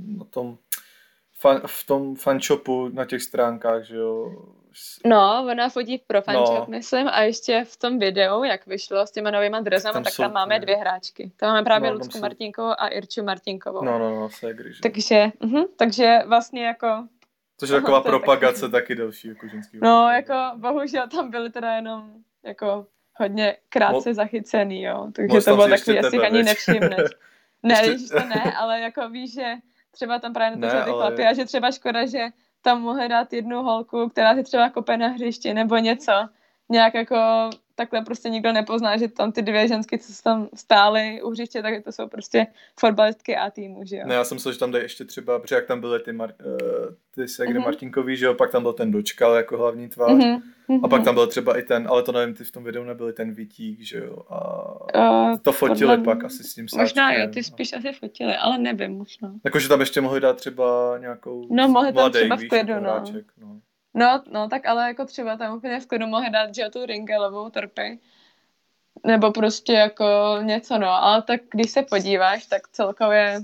v tom fanshopu na těch stránkách, že jo?
No, ona fotí pro fanshop, myslím, a ještě v tom videu, jak vyšlo s těma novýma dresama, tak tam máme 2 hráčky. Tam máme právě Lucku Martinkovou a Irču Martinkovou.
No, segry, že?
Takže vlastně jako...
Což je taková propagace taky další, jako ženský.
No, jako bohužel tam byly teda jenom jako hodně krátce zachycený, jo. Takže to bylo takový, asi ani nevšimneš. Ne, když to ne, ale jako víš, že třeba tam právě natočili ty chlapy a že třeba škoda, že tam mohli dát jednu holku, která si třeba kope na hřišti nebo něco. Nějak jako takhle prostě nikdo nepozná, že tam ty dvě ženské, co tam stály u hřiště, tak to jsou prostě fotbalistky A týmu, že jo.
Ne, já jsem myslel, že tam dají ještě třeba, protože jak tam byly ty segry Martinkový, že jo, pak tam byl ten Dočkal jako hlavní tvář. A pak tam byl třeba i ten, ale to nevím, ty v tom videu nebyly ten Vítík, že jo. A to fotili pak asi s tím sáčkem.
Možná jo, ty spíš asi fotili, ale nevím, možná.
Jakože tam ještě mohli dát třeba nějakou
mohli tam
mladej,
třeba v
víš,
klidu,
jako
no.
hráček, no.
No, tak ale jako třeba tam úplně v klidu mohli dát, že jo, tu Ringelovou Torpy. Nebo prostě jako něco, no. Ale tak když se podíváš, tak celkově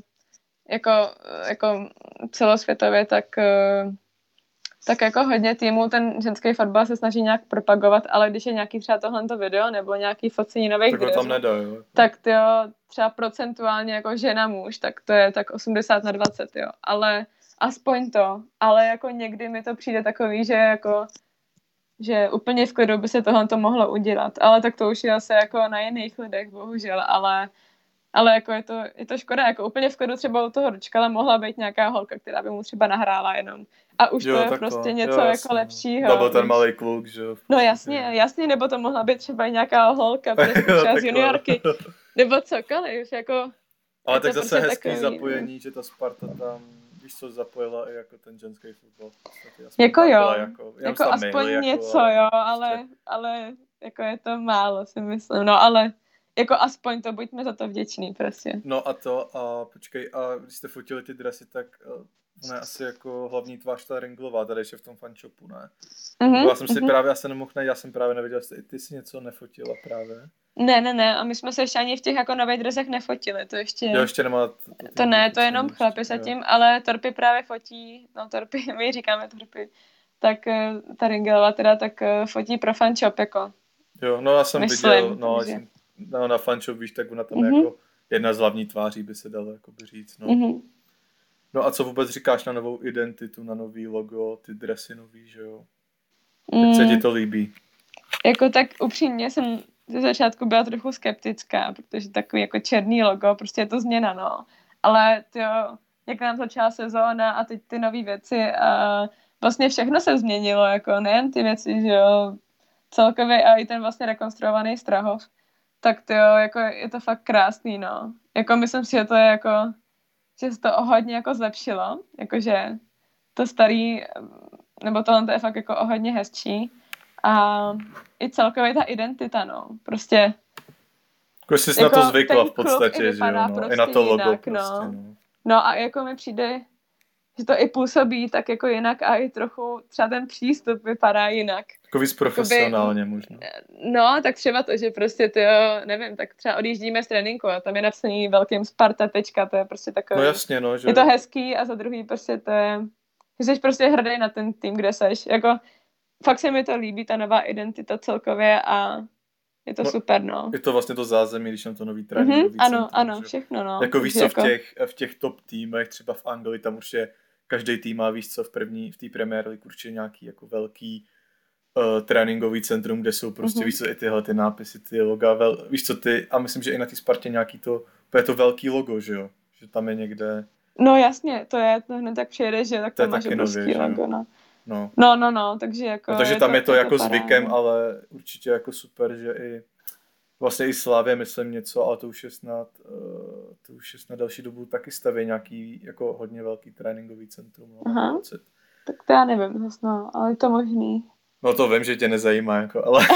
jako celosvětově, tak jako hodně týmů ten ženský fotbal se snaží nějak propagovat, ale když je nějaký třeba tohleto video nebo nějaký focení nových
dresů, tam nedá, jo.
Tak to třeba procentuálně jako žena muž, tak to je tak 80/20, jo. Ale aspoň to. Ale jako někdy mi to přijde takový, že úplně v klidu by se tohleto mohlo udělat. Ale tak to už je asi jako na jiných lidech, bohužel, ale jako je to škoda, jako úplně v klidu třeba u toho Dočkala mohla být nějaká holka, která by mu třeba nahrála jenom. A už
jo,
to je
takhle.
prostě něco jako lepšího.
To byl ten malý kluk, že jo.
No jasně, nebo to mohla být třeba nějaká holka, prostě třeba z juniorky, nebo cokoliv, jako.
Ale tak zase
prostě
hezký
takový,
zapojení, že ta Sparta tam, víš co, zapojila i jako ten ženský fotbal.
Jako jo,
jako
aspoň
maily,
něco,
jako,
jo, ale jako je to málo, si myslím, no ale jako aspoň to, buďme za to vděční, prostě.
No a počkej, a když jste fotili ty dresy, tak ona je asi jako hlavní tvář ta Ringlová, tady ještě v tom fanshopu, ne? Já jsem si právě asi nemohl najít, já jsem právě nevěděl, jestli ty si něco nefotila právě.
Ne, a my jsme se ještě ani v těch jako nových dresech nefotili, to ještě...
Jo, ještě nemá...
To je jenom chlapi zatím, ale Torpy právě fotí, no Torpy, my říkáme Torpy, tak ta Ringelová teda tak fotí pro fanshop, jako.
Jo, no já jsem viděl, na fanshop, víš, tak ona tam je jako jedna z hlavní tváří, by se dalo jakoby říct, no. No a co vůbec říkáš na novou identitu, na nový logo, ty dresy nový, že jo? Jak se ti to líbí?
Jako tak upřímně jsem ze začátku byla trochu skeptická, protože takový jako černý logo, prostě je to změna, no. Ale jak nám začala sezóna a teď ty nové věci a vlastně všechno se změnilo, jako nejen ty věci, že jo, celkově a i ten vlastně rekonstruovaný Strahov, tak jako je to fakt krásný, no. Jako myslím si, že to je jako, že se to hodně jako zlepšilo, jakože to starý, nebo tohle je fakt jako o hodně hezčí. A i celkově ta identita, no, prostě.
Jako jsi na to zvykla v podstatě, že jo, no,
prostě
i na to logo
jinak,
prostě,
no. No a jako mi přijde, že to i působí tak jako jinak a i trochu třeba ten přístup vypadá jinak.
Jako víc profesionálně možná.
No, tak třeba to, že prostě nevím, tak třeba odjíždíme z tréninku a tam je napsaný velkým Sparta tečka, to je prostě takový.
No jasně, no, že...
Je to hezký a za druhý prostě to je, že jsi prostě hrdý na ten tým, kde seš, jako fakt se mi to líbí, ta nová identita celkově a je to super, no.
Je to vlastně to zázemí, když tam to nový tréninkový centrum.
Ano, všechno, no.
Jako víš co, v těch top týmech, třeba v Anglii, tam už je každý tým má, víš co, v té Premier League určitě nějaký jako velký tréninkový centrum, kde jsou prostě, víš co, i tyhle ty nápisy, ty loga, víš co, a myslím, že i na té Spartě nějaký to velký logo, že jo, že tam je někde.
No jasně, to hned tak přijede, že tak
to
tam máš obrovský logo, no. No, takže jako...
No, takže tam je to jako zvykem, ale určitě jako super, že i vlastně i Slavě myslím něco, ale to už je snad další dobu taky staví nějaký jako hodně velký tréninkový centrum. No,
aha, tak to já nevím zase, no, ale je to možný.
No to vím, že tě nezajímá, jako, ale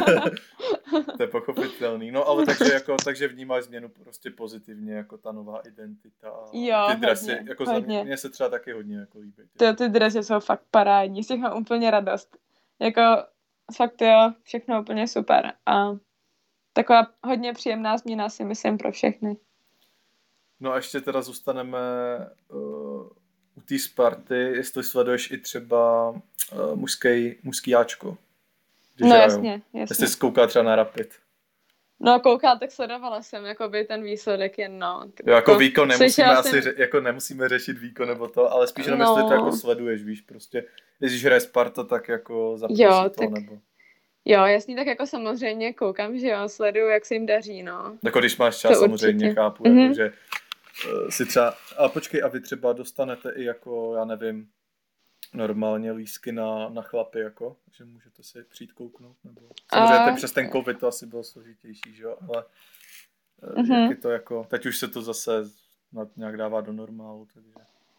to je pochopitelný. No ale takže vnímáš změnu prostě pozitivně, jako ta nová identita.
Jo,
ty dresy,
hodně,
jako
hodně.
Mně se třeba taky hodně jako líbí.
Ty dresy jsou fakt parádní, z těch mám úplně radost. Jako fakt všechno úplně super a taková hodně příjemná změna si myslím pro všechny.
No a ještě teda zůstaneme u té Sparty, jestli sleduješ i třeba mužský jáčko.
No jasně.
Jestli jsi koukala třeba na Rapid.
No koukala, tak sledovala jsem jakoby ten výsledek jen, no.
Jo, jako výkon nemusíme řešit výkon nebo to, ale spíš jenom jestli to jako sleduješ, víš, prostě, když hraje Sparta, tak jako zapíš to, nebo...
Jo, jasný, tak jako samozřejmě koukám, že jo, sleduju, jak se jim daří, no.
Jako když máš čas, samozřejmě chápu, jako, že si třeba, a počkej, a vy třeba dostanete i jako, já nevím, normálně lístky na chlapy, jako, že můžete si přijít kouknout, nebo... Samozřejmě teď přes ten covid to asi bylo složitější, že jo, ale jak je to jako, teď už se to zase nějak dává do normálu, takže...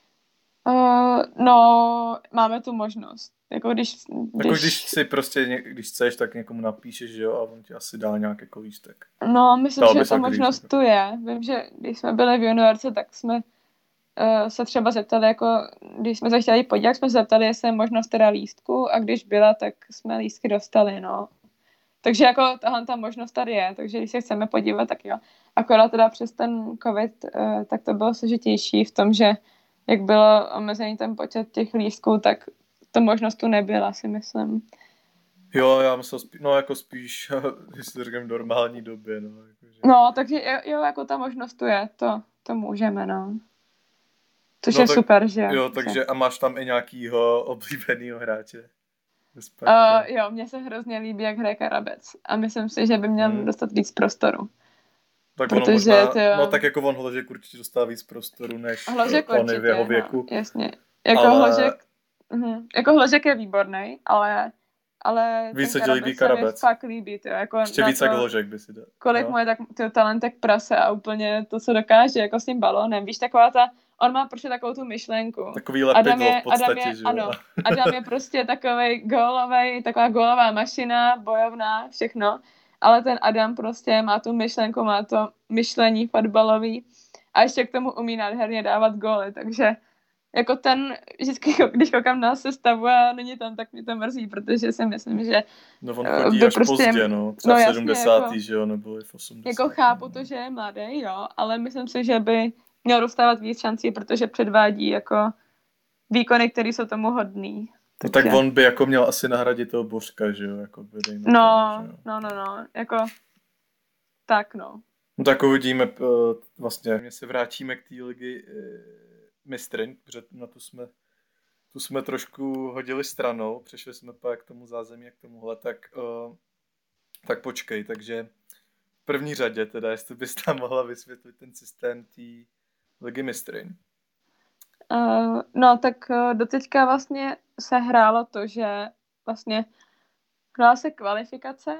No, máme tu možnost. Jako
když si prostě, když chceš, tak někomu napíšeš, že jo, a on ti asi dá nějaký jako lístek.
No, myslím, že ta možnost tu je. Vím, že když jsme byli v juniorce, tak jsme se třeba zeptali, jako když jsme se chtěli podívat, jsme se zeptali, jestli je možnost teda lístku, a když byla, tak jsme lístky dostali, no. Takže jako tahle ta možnost tady je, takže když se chceme podívat, tak jo. Akorát teda přes ten covid, tak to bylo složitější v tom, že jak bylo omezený ten počet těch lístků, tak to možnost tu nebyla, si myslím.
Jo, já myslel spíš, jestli říkám, v normální době, no. Jakože...
No, takže jo, jako ta možnost tu je, to můžeme, no. Což je super, že?
Jo, takže a máš tam i nějakýho oblíbenýho hráče?
Jo, mně se hrozně líbí, jak hraje Karabec. A myslím si, že by měl dostat víc prostoru.
Tak protože možná, no tak jako on Hložek určitě dostává víc prostoru, než Ony v jeho věku.
No, jasně. Jako Hložek je výborný, ale
víc se ti líbí Karabec.
Fakt líbí, tyjo. Jako
ještě víc jak Hložek by si dal.
Kolik mu je tak talentek prase a úplně to, co dokáže, jako s tím balónem. Víš, on má prostě takovou tu myšlenku.
Takový lepidlo v podstatě, že jo.
Ano, Adam je prostě taková gólová mašina, bojovná, všechno. Ale ten Adam prostě má tu myšlenku, má to myšlení fotbalový a ještě k tomu umí nádherně dávat góly, takže jako vždycky, když koukám na sestavu a není tam, tak mi to mrzí, protože si myslím, že
no on chodí až prostě, pozdě, no, třeba v 70. Jako, že jo, nebo i v 80.
Jako chápu to, že je mladý, jo, ale myslím si, že by měl dostávat víc šancí, protože předvádí jako výkony, které jsou tomu hodný.
No tak on by jako měl asi nahradit toho Bořka, že jo? Jako
no, jako tak no.
No tak uvidíme, vlastně se vrátíme k té ligy mistryň, protože na tu jsme trošku hodili stranou, přešli jsme pak k tomu zázemí a k tomuhle, tak počkej, takže v první řadě teda, jestli bys tam mohla vysvětlit ten systém té ligy mistryň.
No tak doteďka vlastně se hrálo to, že vlastně hrála se kvalifikace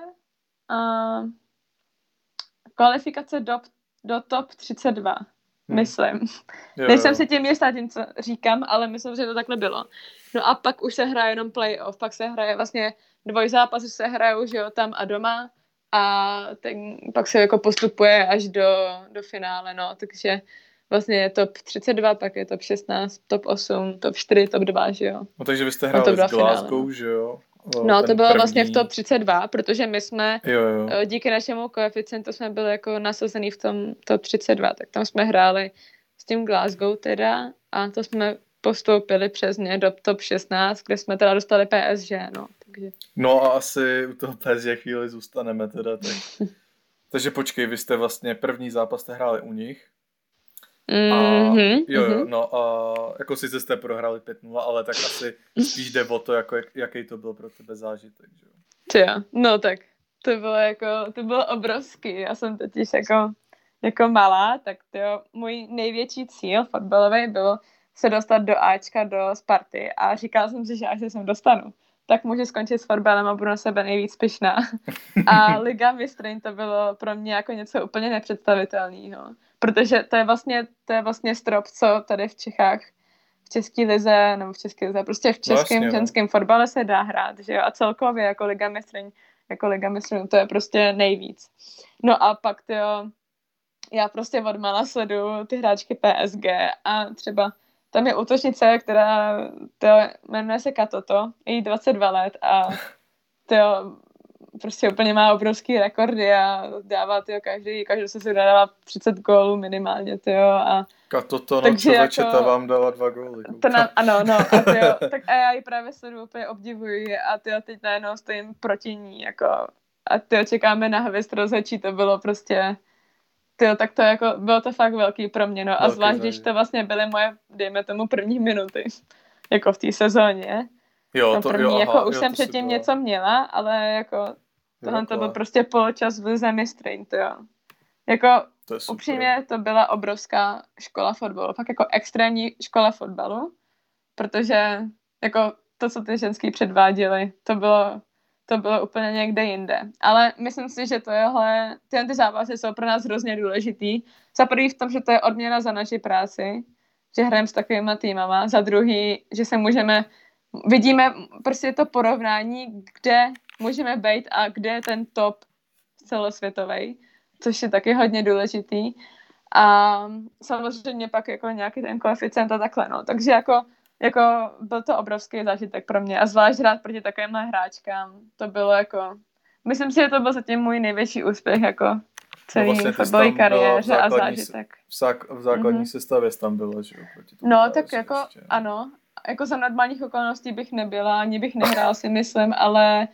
do top 32, myslím. Nejsem si tím jistá tím, co říkám, ale myslím, že to takhle bylo. No a pak už se hraje jenom playoff, pak se hraje vlastně dvojzápasy se hrajou, že jo, tam a doma a pak se jako postupuje až do finále, no, takže vlastně je top 32, pak je top 16, top 8, top 4, top 2, že jo.
No takže vy jste hráli s Glasgow, že jo?
No to bylo vlastně v top 32, protože my jsme díky našemu koeficientu jsme byli jako nasazený v tom top 32, tak tam jsme hráli s tím Glasgow teda a to jsme postoupili přes ně do top 16, kde jsme teda dostali PSG, no. Takže...
No a asi u toho PSG chvíli zůstaneme teda, tak. Takže počkej, vy jste vlastně první zápas jste hráli u nich. No a jako sice jste prohráli 5-0, ale tak asi spíš jde o to, jako jaký to byl pro tebe zážitek, že jo?
No tak to bylo obrovský, já jsem totiž jako malá, tak můj největší cíl fotbalový bylo se dostat do Ačka, do Sparty a říkala jsem si, že až se sem dostanu, tak můžu skončit s fotbalem a budu na sebe nejvíc pyšná. A Liga mistryň to bylo pro mě jako něco úplně nepředstavitelného. Protože to je vlastně strop, co tady v Čechách, v české lize, nebo v české lize, prostě v českém ženském fotbale se dá hrát, že jo, a celkově jako Liga mistryň, to je prostě nejvíc. No a pak já prostě odmala sleduju ty hráčky PSG a třeba tam je útočnice, která jmenuje se Katoto, jí 22 let a prostě úplně má obrovský rekordy a dává každou se dává 30 gólů minimálně, a
Kato no člověče, ta vám dala 2 góly.
Ano, tak a já ji právě sleduju, úplně obdivuji a teď najednou stojím proti ní, jako a čekáme na hvězd rozhodčí, to bylo prostě, tak to jako, bylo to fakt velký pro mě, no a zvlášť, když to vlastně byly moje, dejme tomu, první minuty, jako v té sezóně. Už jsem předtím něco měla, ale jako tohle to byl prostě poločas v lize mistryň, Jako upřímně to byla obrovská škola fotbalu, fakt jako extrémní škola fotbalu, protože jako to, co ty ženský předváděli, to bylo úplně někde jinde. Ale myslím si, že ty zápasy jsou pro nás hrozně důležitý. Za prvý v tom, že to je odměna za naši práci, že hrajeme s takovýma týmama. Za druhý, že se vidíme prostě to porovnání, kde můžeme být a kde je ten top celosvětový, což je taky hodně důležitý. A samozřejmě pak jako nějaký ten koeficient a takhle, no. Takže jako byl to obrovský zážitek pro mě a zvlášť hrát proti takovýmhle hráčkám, to bylo jako, myslím si, že to byl zatím můj největší úspěch jako celý
vlastně
fotbalové kariéře a zážitek.
V základní sestavě tam bylo, že jo?
No, tak jako ještě. Ano, jako za normálních okolností bych nebyla, ani bych nehrál, si myslím, ale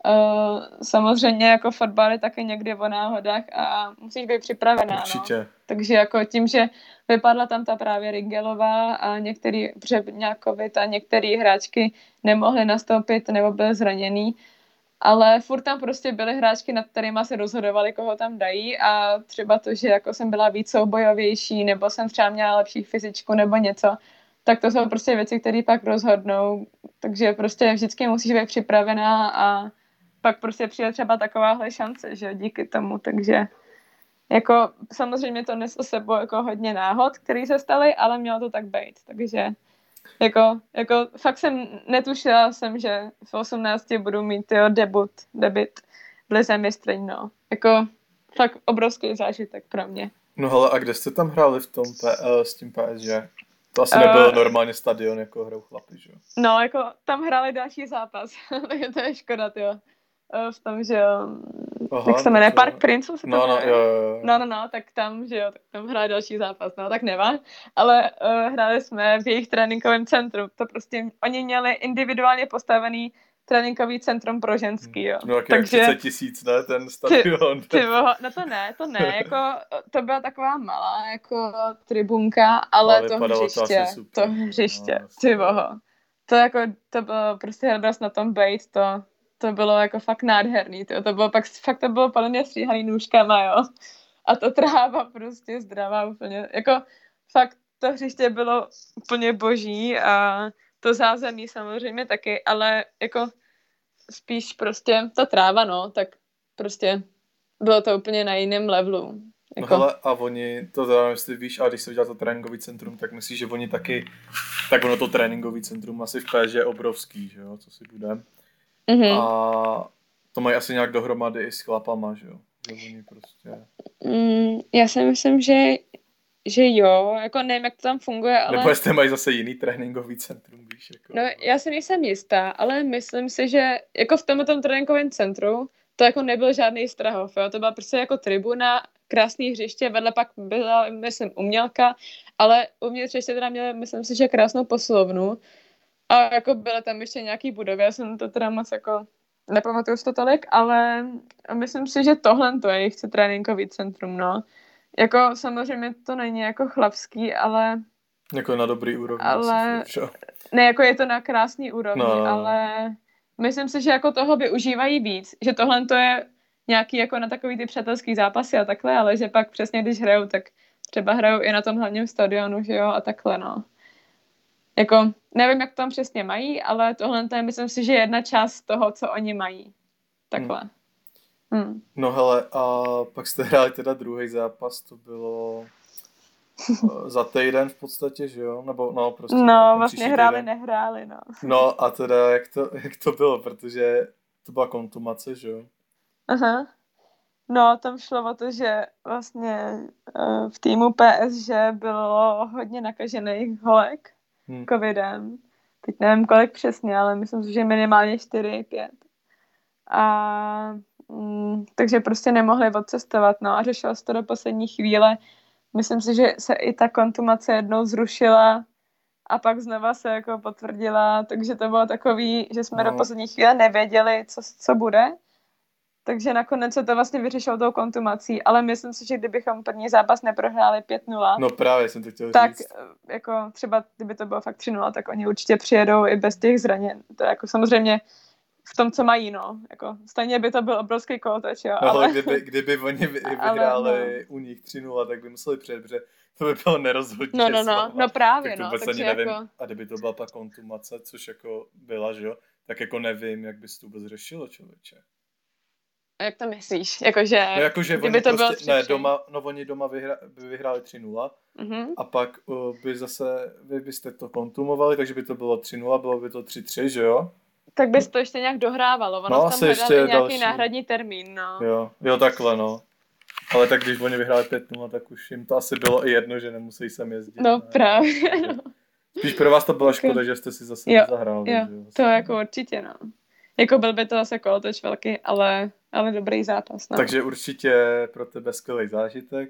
samozřejmě jako fotbal je taky někdy o náhodách a musíš být připravená.
Určitě.
No. Takže jako tím, že vypadla tam ta právě Ringelová a některý Břebňákovit a některý hráčky nemohly nastoupit nebo byly zraněný, ale furt tam prostě byly hráčky, nad kterýma se rozhodovali, koho tam dají a třeba to, že jako jsem byla víc soubojovější nebo jsem třeba měla lepší fyzičku nebo něco, tak to jsou prostě věci, které pak rozhodnou, takže prostě vždycky musíš být připravená a pak prostě přijde třeba takováhle šance, že díky tomu, takže jako samozřejmě to neslo sebou jako hodně náhod, které se staly, ale mělo to tak být, takže jako fakt netušila jsem, že v 18 budu mít debut v lize mistryň, no. Jako fakt obrovský zážitek pro mě.
No hele, a kde jste tam hráli v tom s tím PSG? To asi nebyl normálně stadion, jako hrajou chlapi, že jo?
No, jako tam hráli další zápas, takže to je škoda, jo. V tom, že jak se jmenuje, Park Princeů se to jmenuje? No, tak tam, že jo, tak tam hráli další zápas, no, tak nemá, ale hráli jsme v jejich tréninkovém centru, to prostě, oni měli individuálně postavený tréninkový centrum pro ženský, jo.
No, takže 30 000, ne, ten stadion.
No to ne, jako to byla taková malá, jako tribunka, ale to hřiště, ty boho. To bylo prostě hrdost na tom bejt, to bylo jako fakt nádherný, to bylo podle mě stříhaný nůžkama, jo. A to tráva prostě zdravá úplně, jako fakt to hřiště bylo úplně boží a to zázemí samozřejmě taky, ale jako spíš prostě ta tráva, no, tak prostě bylo to úplně na jiném levelu.
Jako. No hele, a oni, to teda jestli víš, a když se udělá to tréninkový centrum, tak myslíš, že oni taky, tak ono to tréninkový centrum asi v PSG je obrovský, že jo, co si budem. Mm-hmm. A to mají asi nějak dohromady i s chlapama, že jo? Že oni prostě...
Já si myslím, že jo, jako nevím, jak to tam funguje, ale...
Nebo jestli mají zase jiný tréninkový centrum, víš, jako...
No, já si nejsem jistá, ale myslím si, že jako v tomto tréninkovém centru to jako nebyl žádný Strahov, jo, to byla prostě jako tribuna, krásný hřiště, vedle pak byla, myslím, umělka, ale uvnitř ještě teda měli, myslím si, že krásnou posilovnu a jako byly tam ještě nějaký budovy, já jsem to teda moc jako nepamatuju to tolik, ale myslím si, že tohle to je jejich tréninkový centrum, no. Jako samozřejmě to není jako chlapský, ale...
Jako na dobrý úrovni.
Ale... Ne, jako je to na krásný úrovni, ale myslím si, že jako toho využívají víc, že tohle to je nějaký jako na takový ty přátelský zápasy a takhle, ale že pak přesně když hrajou, tak třeba hrajou i na tom hlavním stadionu, že jo, a takhle, no. Jako, nevím, jak to tam přesně mají, ale tohle to je, myslím si, že jedna část toho, co oni mají. Takhle.
No hele, a pak jste hráli teda druhý zápas, to bylo za týden v podstatě, že jo? Nebo no prostě.
No, vlastně hráli, nehráli, no.
No a teda jak to bylo, protože to byla kontumace, že jo?
Aha. No, tam šlo o to, že vlastně v týmu PSG bylo hodně nakažených holek covidem. Teď nevím, kolik přesně, ale myslím si, že minimálně 4-5. A takže prostě nemohli odcestovat, no a řešilo se to do poslední chvíle. Myslím si, že se i ta kontumace jednou zrušila a pak znova se jako potvrdila, takže to bylo takový, že jsme do poslední chvíle nevěděli, co bude. Takže nakonec se to vlastně vyřešilo tou kontumací, ale myslím si, že kdybychom první zápas neprohráli 5-0,
no právě jsem to chtěl říct.
Tak jako třeba kdyby to bylo fakt 3-0, tak oni určitě přijedou i bez těch zraněn. To jako samozřejmě v tom, co mají, no. Jako, stejně by to byl obrovský kolotoč, jo.
No,
ale
kdyby oni vyhráli u nich 3-0, tak by museli přijet, protože to by bylo nerozhodně.
No právě,
tak to
no.
vůbec
Takže
ani nevím.
jako...
A kdyby to byla pak kontumace, což jako byla, že jo, tak jako nevím, jak bys to vůbec řešilo, člověče.
A jak to myslíš? Jakože,
no jakože
kdyby
oni
to
prostě,
bylo 3-3.
ne, oni doma by vyhráli 3-0 a pak by zase, vy byste to kontumovali, takže by to bylo 3-0, bylo by to 3-3, že jo?
Tak bys to ještě nějak dohrávalo. Ono
no,
tam hledal
ještě
nějaký
další
náhradní termín, no.
Jo, takhle, no. Ale tak když oni vyhráli 5-0, tak už jim to asi bylo i jedno, že nemusí sem jezdit.
No právě, no.
Spíš pro vás to byla škoda, že jste si zase nezahráli.
Jo, to jako určitě, no. Jako byl by to zase kolotoč velký, ale dobrý zápas, no.
Takže určitě pro tebe skvělý zážitek.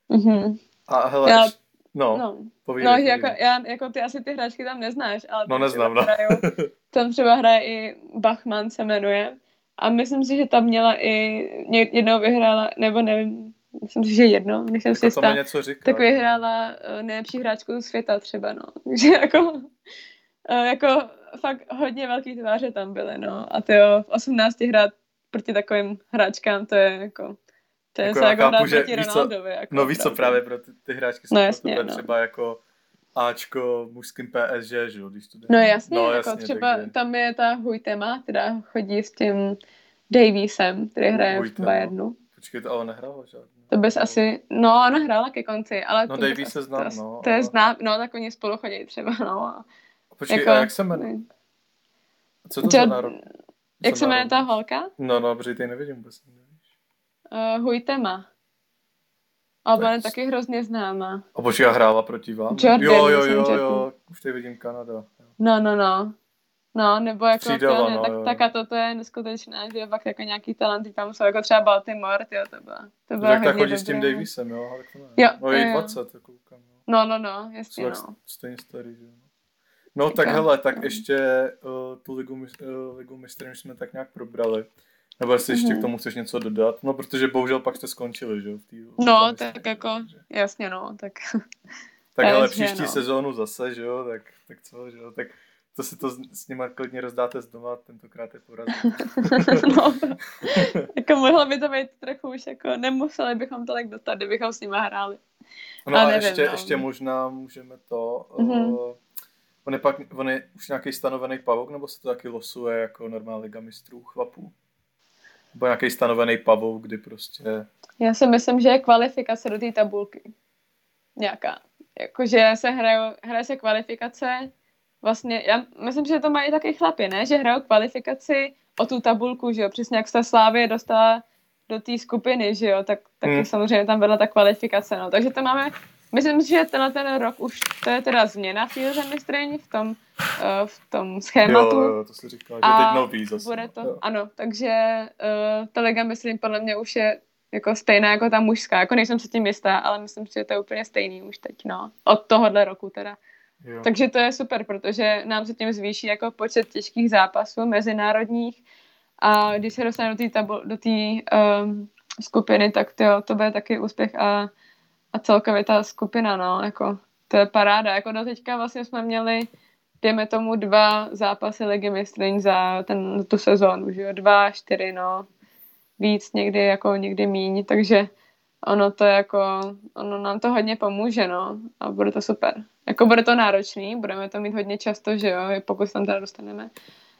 A hele,
povídej. Jako ty asi ty hráčky tam neznáš, ale
neznám,
tam třeba hraje i Bachmann se jmenuje a myslím si, že tam měla i jednou vyhrála, nebo nevím, myslím si, že jednou, když jsem si jistá, tak vyhrála nejlepší hráčku světa třeba, no. Takže jako fakt hodně velký tváře tam byly, no. A v 18 hrát proti takovým hráčkám, to je jako... To je jako jako hrát proti Ronaldovi. Jako
no víš co, právě pro ty hráčky jsou jasně, třeba jako Ačko v mužským PSG, že jo?
No jasně, jako třeba takže... tam je ta Huitema, která chodí s tím Daviesem, který hraje v Bayernu.
Počkej, to ale nehrála žádný.
To bys asi, no ona hrála ke konci, ale...
No Davies se znám, no.
To je znám, no tak oni spolu chodí třeba, no.
Počkej, jako, a jak se jmenuje? Co to za národ?
Jak se jmenuje ta holka?
No, protože ty nevidím vůbec.
Huitema. Ale byla taky hrozně známá.
A počkej, já hrála proti vám?
Jordan,
jo, už tady vidím Kanada.
No, nebo jako to je neskutečné, že je fakt jako nějaký talent, tam jsou jako třeba Baltimore, jo, to byla
tak chodí s tím Davisem, jo, ale to ne.
Jo,
no, je 20, to koukám.
No, jasně, no.
Stejně starý, že jo. No, tak hele, tak ještě tu ligu mistrů jsme tak nějak probrali. Nebo jestli ještě k tomu chceš něco dodat? No, protože bohužel pak jste skončili, že jo?
No, tak jako, jasně, no, tak...
Tak hele, příští sezónu zase, že jo? Tak co, že jo? Tak to si to s nima klidně rozdáte z doma, tentokrát je porazí.
No, jako mohlo by to být trochu už jako, nemuseli bychom tolik dostat, kdybychom s nima hráli.
No a ještě možná můžeme to... On je už nějaký stanovený pavouk, nebo se to taky losuje jako normální liga mistrů chlapů? Nebo nějaký stanovený pavouk, kdy prostě...
Já si myslím, že je kvalifikace do té tabulky. Nějaká. Jakože se hraje se kvalifikace, vlastně, já myslím, že to mají taky chlapi, ne? Že hrajou kvalifikaci o tu tabulku, že jo? Přesně jak se ta Slávie dostala do té skupiny, že jo? Tak samozřejmě tam byla ta kvalifikace, no. Takže to máme... Myslím si, že ten rok už to je teda změna v té mistrení v tom schématu.
Jo, to si říkala, že teď nový zase.
Bude to, ano, takže ta liga, myslím, podle mě už je jako stejná jako ta mužská. Jako nejsem si tím jistá, ale myslím si, že to je úplně stejný už teď, no. Od tohohle roku teda.
Jo.
Takže to je super, protože nám se tím zvýší jako počet těžkých zápasů mezinárodních a když se dostane do té skupiny, tak to bude taky úspěch a celkově ta skupina, no, jako, to je paráda. Jako do teďka vlastně jsme měli, dejme tomu 2 zápasy ligy mistryň za tu sezónu, že jo, 2, 4, no, víc někdy, jako někdy míň, takže ono nám to hodně pomůže, no, a bude to super. Jako bude to náročný, budeme to mít hodně často, že jo, pokud se tam teda dostaneme,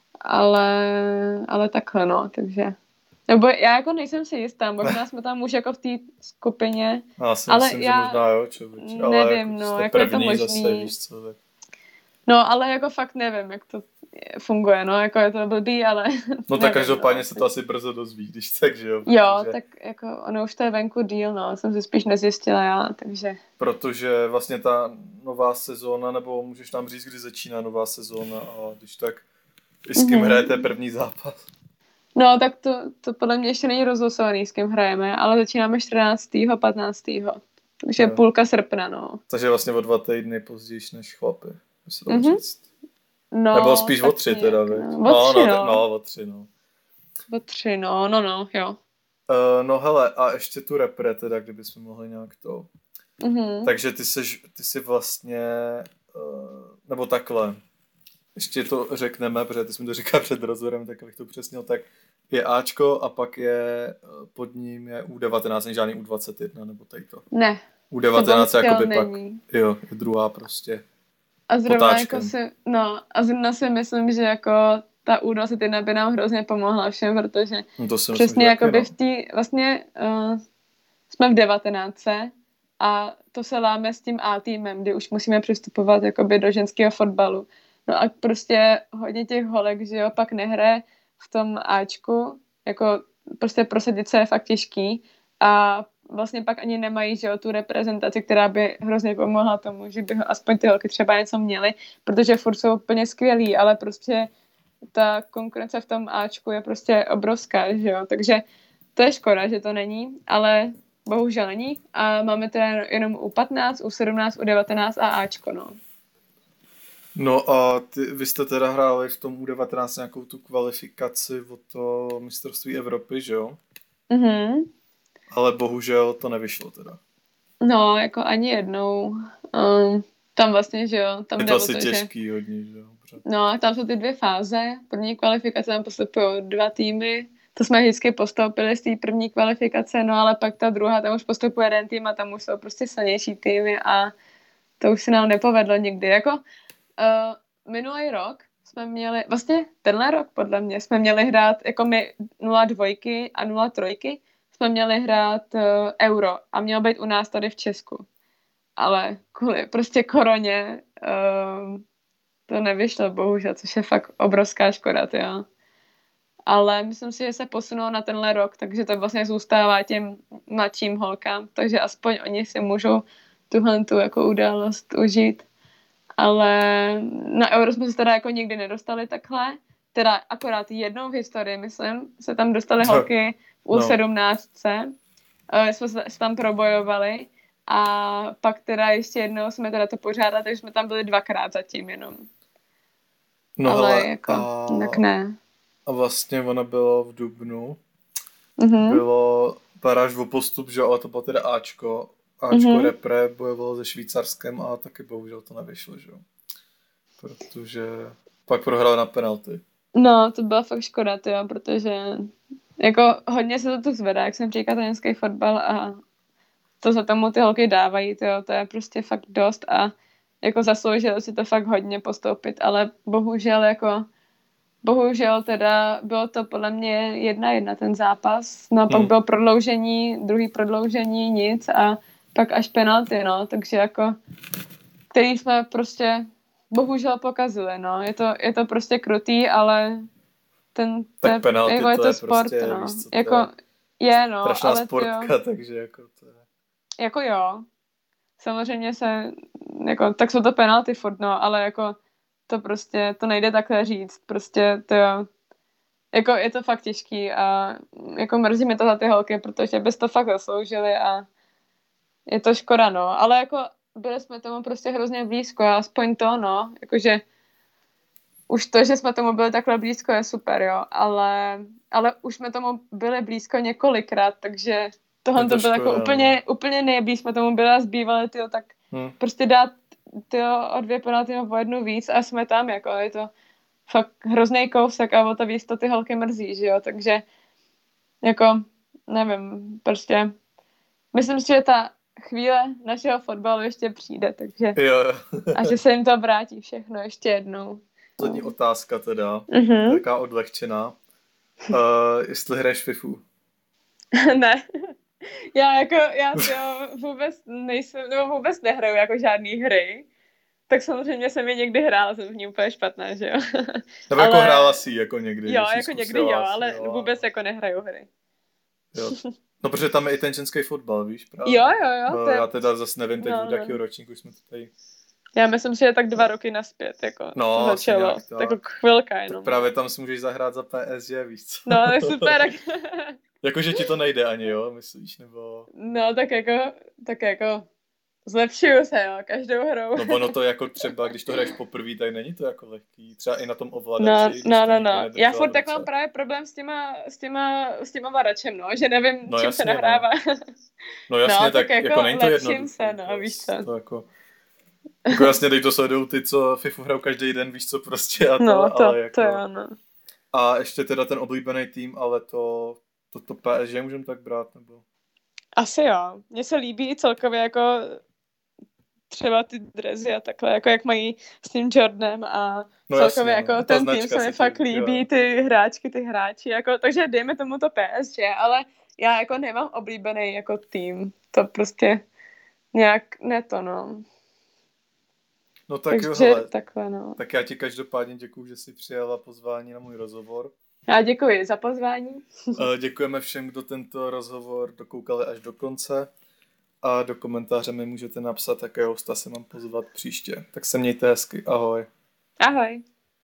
ale takhle, no, takže... Nebo já jako nejsem si jistá, možná jsme tam už jako v té skupině,
já si
ale
myslím, že možná jo, člověče, ale
nevím,
jako
no, jako je to možný.
Zase, víš co, tak...
No, ale jako fakt nevím, jak to funguje, no, jako je to blbý, ale...
No tak každopádně se to asi brzo dozví, když tak, že jo?
Jo, tak jako ono už to je venku díl, no, jsem si spíš nezjistila já, takže...
Protože vlastně ta nová sezóna, nebo můžeš nám říct, kdy začíná nová sezóna a když tak, s kým hrajete první zápas?
No, tak to podle mě ještě není rozlosovaný, s kým hrajeme, ale začínáme 14. 15. Takže půlka srpna, no.
Takže vlastně o 2 týdny později než chlapy, by se dalo říct.
No,
nebo spíš o 3 teda, veď?
O 3,
no. O 3, no.
O 3, no, jo.
No hele, a ještě tu repre teda, kdybychom mohli nějak to. Takže ty jsi vlastně, nebo takhle. ještě to řekneme, protože ty jsi mi to říkal před rozhovorem, tak abych to upřesnil, tak je Ačko a pak je pod ním je U19, není žádný U21 nebo tady to.
Ne, to
U19 jakoby
není.
pak, jo, je druhá prostě.
A zrovna
Potáčkem.
jako si, no, a zrovna si myslím, že jako ta U21 by nám hrozně pomohla všem, protože
No to si myslím,
přesně
že
jako
taky,
by
no.
v té, vlastně jsme v 19 a to se láme s tím A týmem, kdy už musíme přistupovat jakoby do ženského fotbalu. No a prostě hodně těch holek, že jo, pak nehraje v tom Ačku, jako prostě prosadit se je fakt těžký a vlastně pak ani nemají, že jo, tu reprezentaci, která by hrozně pomohla tomu, že by aspoň ty holky třeba něco měly, protože furt jsou úplně skvělí, ale prostě ta konkurence v tom Ačku je prostě obrovská, že jo, takže to je škoda, že to není, ale bohužel není a máme teda jenom U15, U17, U19 a Ačko, no.
No a vy jste teda hráli v tom U19 nějakou tu kvalifikaci o to mistrovství Evropy, že jo?
Mhm.
Ale bohužel to nevyšlo teda.
No, jako ani jednou. Tam vlastně, že jo, tam
Je
jde
to
o
asi
to,
těžký hodně, že jo?
No, tam jsou ty 2 fáze. První kvalifikace tam postupují 2 týmy. To jsme vždycky postoupili z té první kvalifikace, no ale pak ta druhá, tam už postupuje jeden tým a tam už jsou prostě silnější týmy a to už se nám nepovedlo nikdy. Jako minulý rok jsme měli, vlastně tenhle rok podle mě, jsme měli hrát jako my 0-2 a 0-3 jsme měli hrát Euro a mělo být u nás tady v Česku. Ale kvůli prostě koroně to nevyšlo, bohužel, což je fakt obrovská škoda, jo. Ale myslím si, že se posunou na tenhle rok, takže to vlastně zůstává těm mladším holkám, takže aspoň oni si můžou tuhle tu jako událost užít. Ale na Euro jsme se teda jako nikdy nedostali takhle, teda akorát jednou v historii, myslím, se tam dostali holky v U17, jsme se tam probojovali a pak teda ještě jednou jsme teda to pořádali, takže jsme tam byli 2krát zatím jenom.
No
ale
hele,
jako, tak ne.
A vlastně ono bylo v dubnu, bylo baráž o postup, že ale to bylo teda Ačko repre bojovalo se Švýcarskem a taky bohužel to nevyšlo, že jo. Protože pak prohrál na penalty.
No, to byla fakt škoda, jo, protože jako hodně se to tu zvedá, jak jsem říkala, ten ženský fotbal a to za tomu ty holky dávají, jo, to je prostě fakt dost a jako zasloužilo si to fakt hodně postoupit, ale bohužel teda bylo to podle mě 1-1 ten zápas, no pak bylo prodloužení, druhý prodloužení, nic a pak až penalty, no, takže jako který jsme prostě bohužel pokazili, no, je to prostě krutý, ale
tak penalty
jako je to sport,
prostě,
no,
víš co,
jako je, no,
strašná
ale
sportka, takže jako to je.
Jako jo, samozřejmě jako, tak jsou to penalty furt, no, ale jako to prostě, to nejde takhle říct, prostě to jo, jako je to fakt těžký a jako mrzí mi to za ty holky, protože bys to fakt zasloužili a je to škoda, no, ale jako byli jsme tomu prostě hrozně blízko a aspoň to, no, jakože už to, že jsme tomu byli takhle blízko je super, jo, ale už jsme tomu byli blízko několikrát, takže tohle to bylo jako úplně nejblíž jsme tomu byli a zbývali, tyjo, tak prostě dát o 2 penalty o 1 víc a jsme tam, jako je to fakt hrozný kousek a o to víc to ty holky mrzí, že jo, takže jako, nevím, prostě myslím si, že ta chvíle našeho fotbalu ještě přijde, takže
jo.
a že se jim to vrátí všechno ještě jednou.
Poslední otázka teda, taká odlehčená. Jestli hraješ FIFU?
Ne. Já vůbec nejsem, nebo vůbec nehraju jako žádný hry. Tak samozřejmě jsem je někdy hrála, jsem v ní úplně špatná, že jo.
Nebo jako hrála si jako někdy.
Jo, jako někdy jo, ale vůbec jako nehraju hry.
Jo. No, protože tam je i ten ženský fotbal, víš, právě.
Jo.
Já teda zase nevím teď, od jakého ročníku jsme tady.
Já myslím, že je tak 2 roky naspět, jako to začalo. Jako chvilka jenom.
Tak právě tam si můžeš zahrát za PSG, víš co?
No, tak super.
Jakože ti to nejde ani, jo, myslíš, nebo...
No, tak jako zlepšuju se, jo, každou hrou.
No ono to jako třeba, když to hraješ poprvé, tak není to jako lehký, třeba i na tom ovladači.
No. Já furt tak mám právě problém s těma varačem, no, že nevím, čím jasně, se nahrává.
No jasně, tak jako není to jedno.
se, no, víš co.
To jako... Jako jasně, teď to sledují ty, co FIFU hrajou každý den, víš co prostě a to,
No,
ale
to
jako...
jo, no.
A ještě teda ten oblíbený tým, ale to PSG můžeme tak brát, nebo...
Asi jo. Mně se líbí celkově jako třeba ty drezy a takhle, jako jak mají s tím Jordanem a
No
celkově
jasně,
jako
no. Ta
ten tým
značka
se mi
se ti,
fakt líbí,
jo.
ty hráčky, ty hráči, jako, takže dejme tomu to PSG, ale já jako nemám oblíbený jako tým, to prostě nějak ne to, no.
No tak jo,
Takže
hele,
takhle, no.
tak já ti každopádně děkuju, že jsi přijala pozvání na můj rozhovor.
Já děkuji za pozvání.
Děkujeme všem, kdo tento rozhovor dokoukali až do konce a do komentáře mi můžete napsat, jakého hosta se mám pozvat příště. Tak se mějte hezky, ahoj.
Ahoj.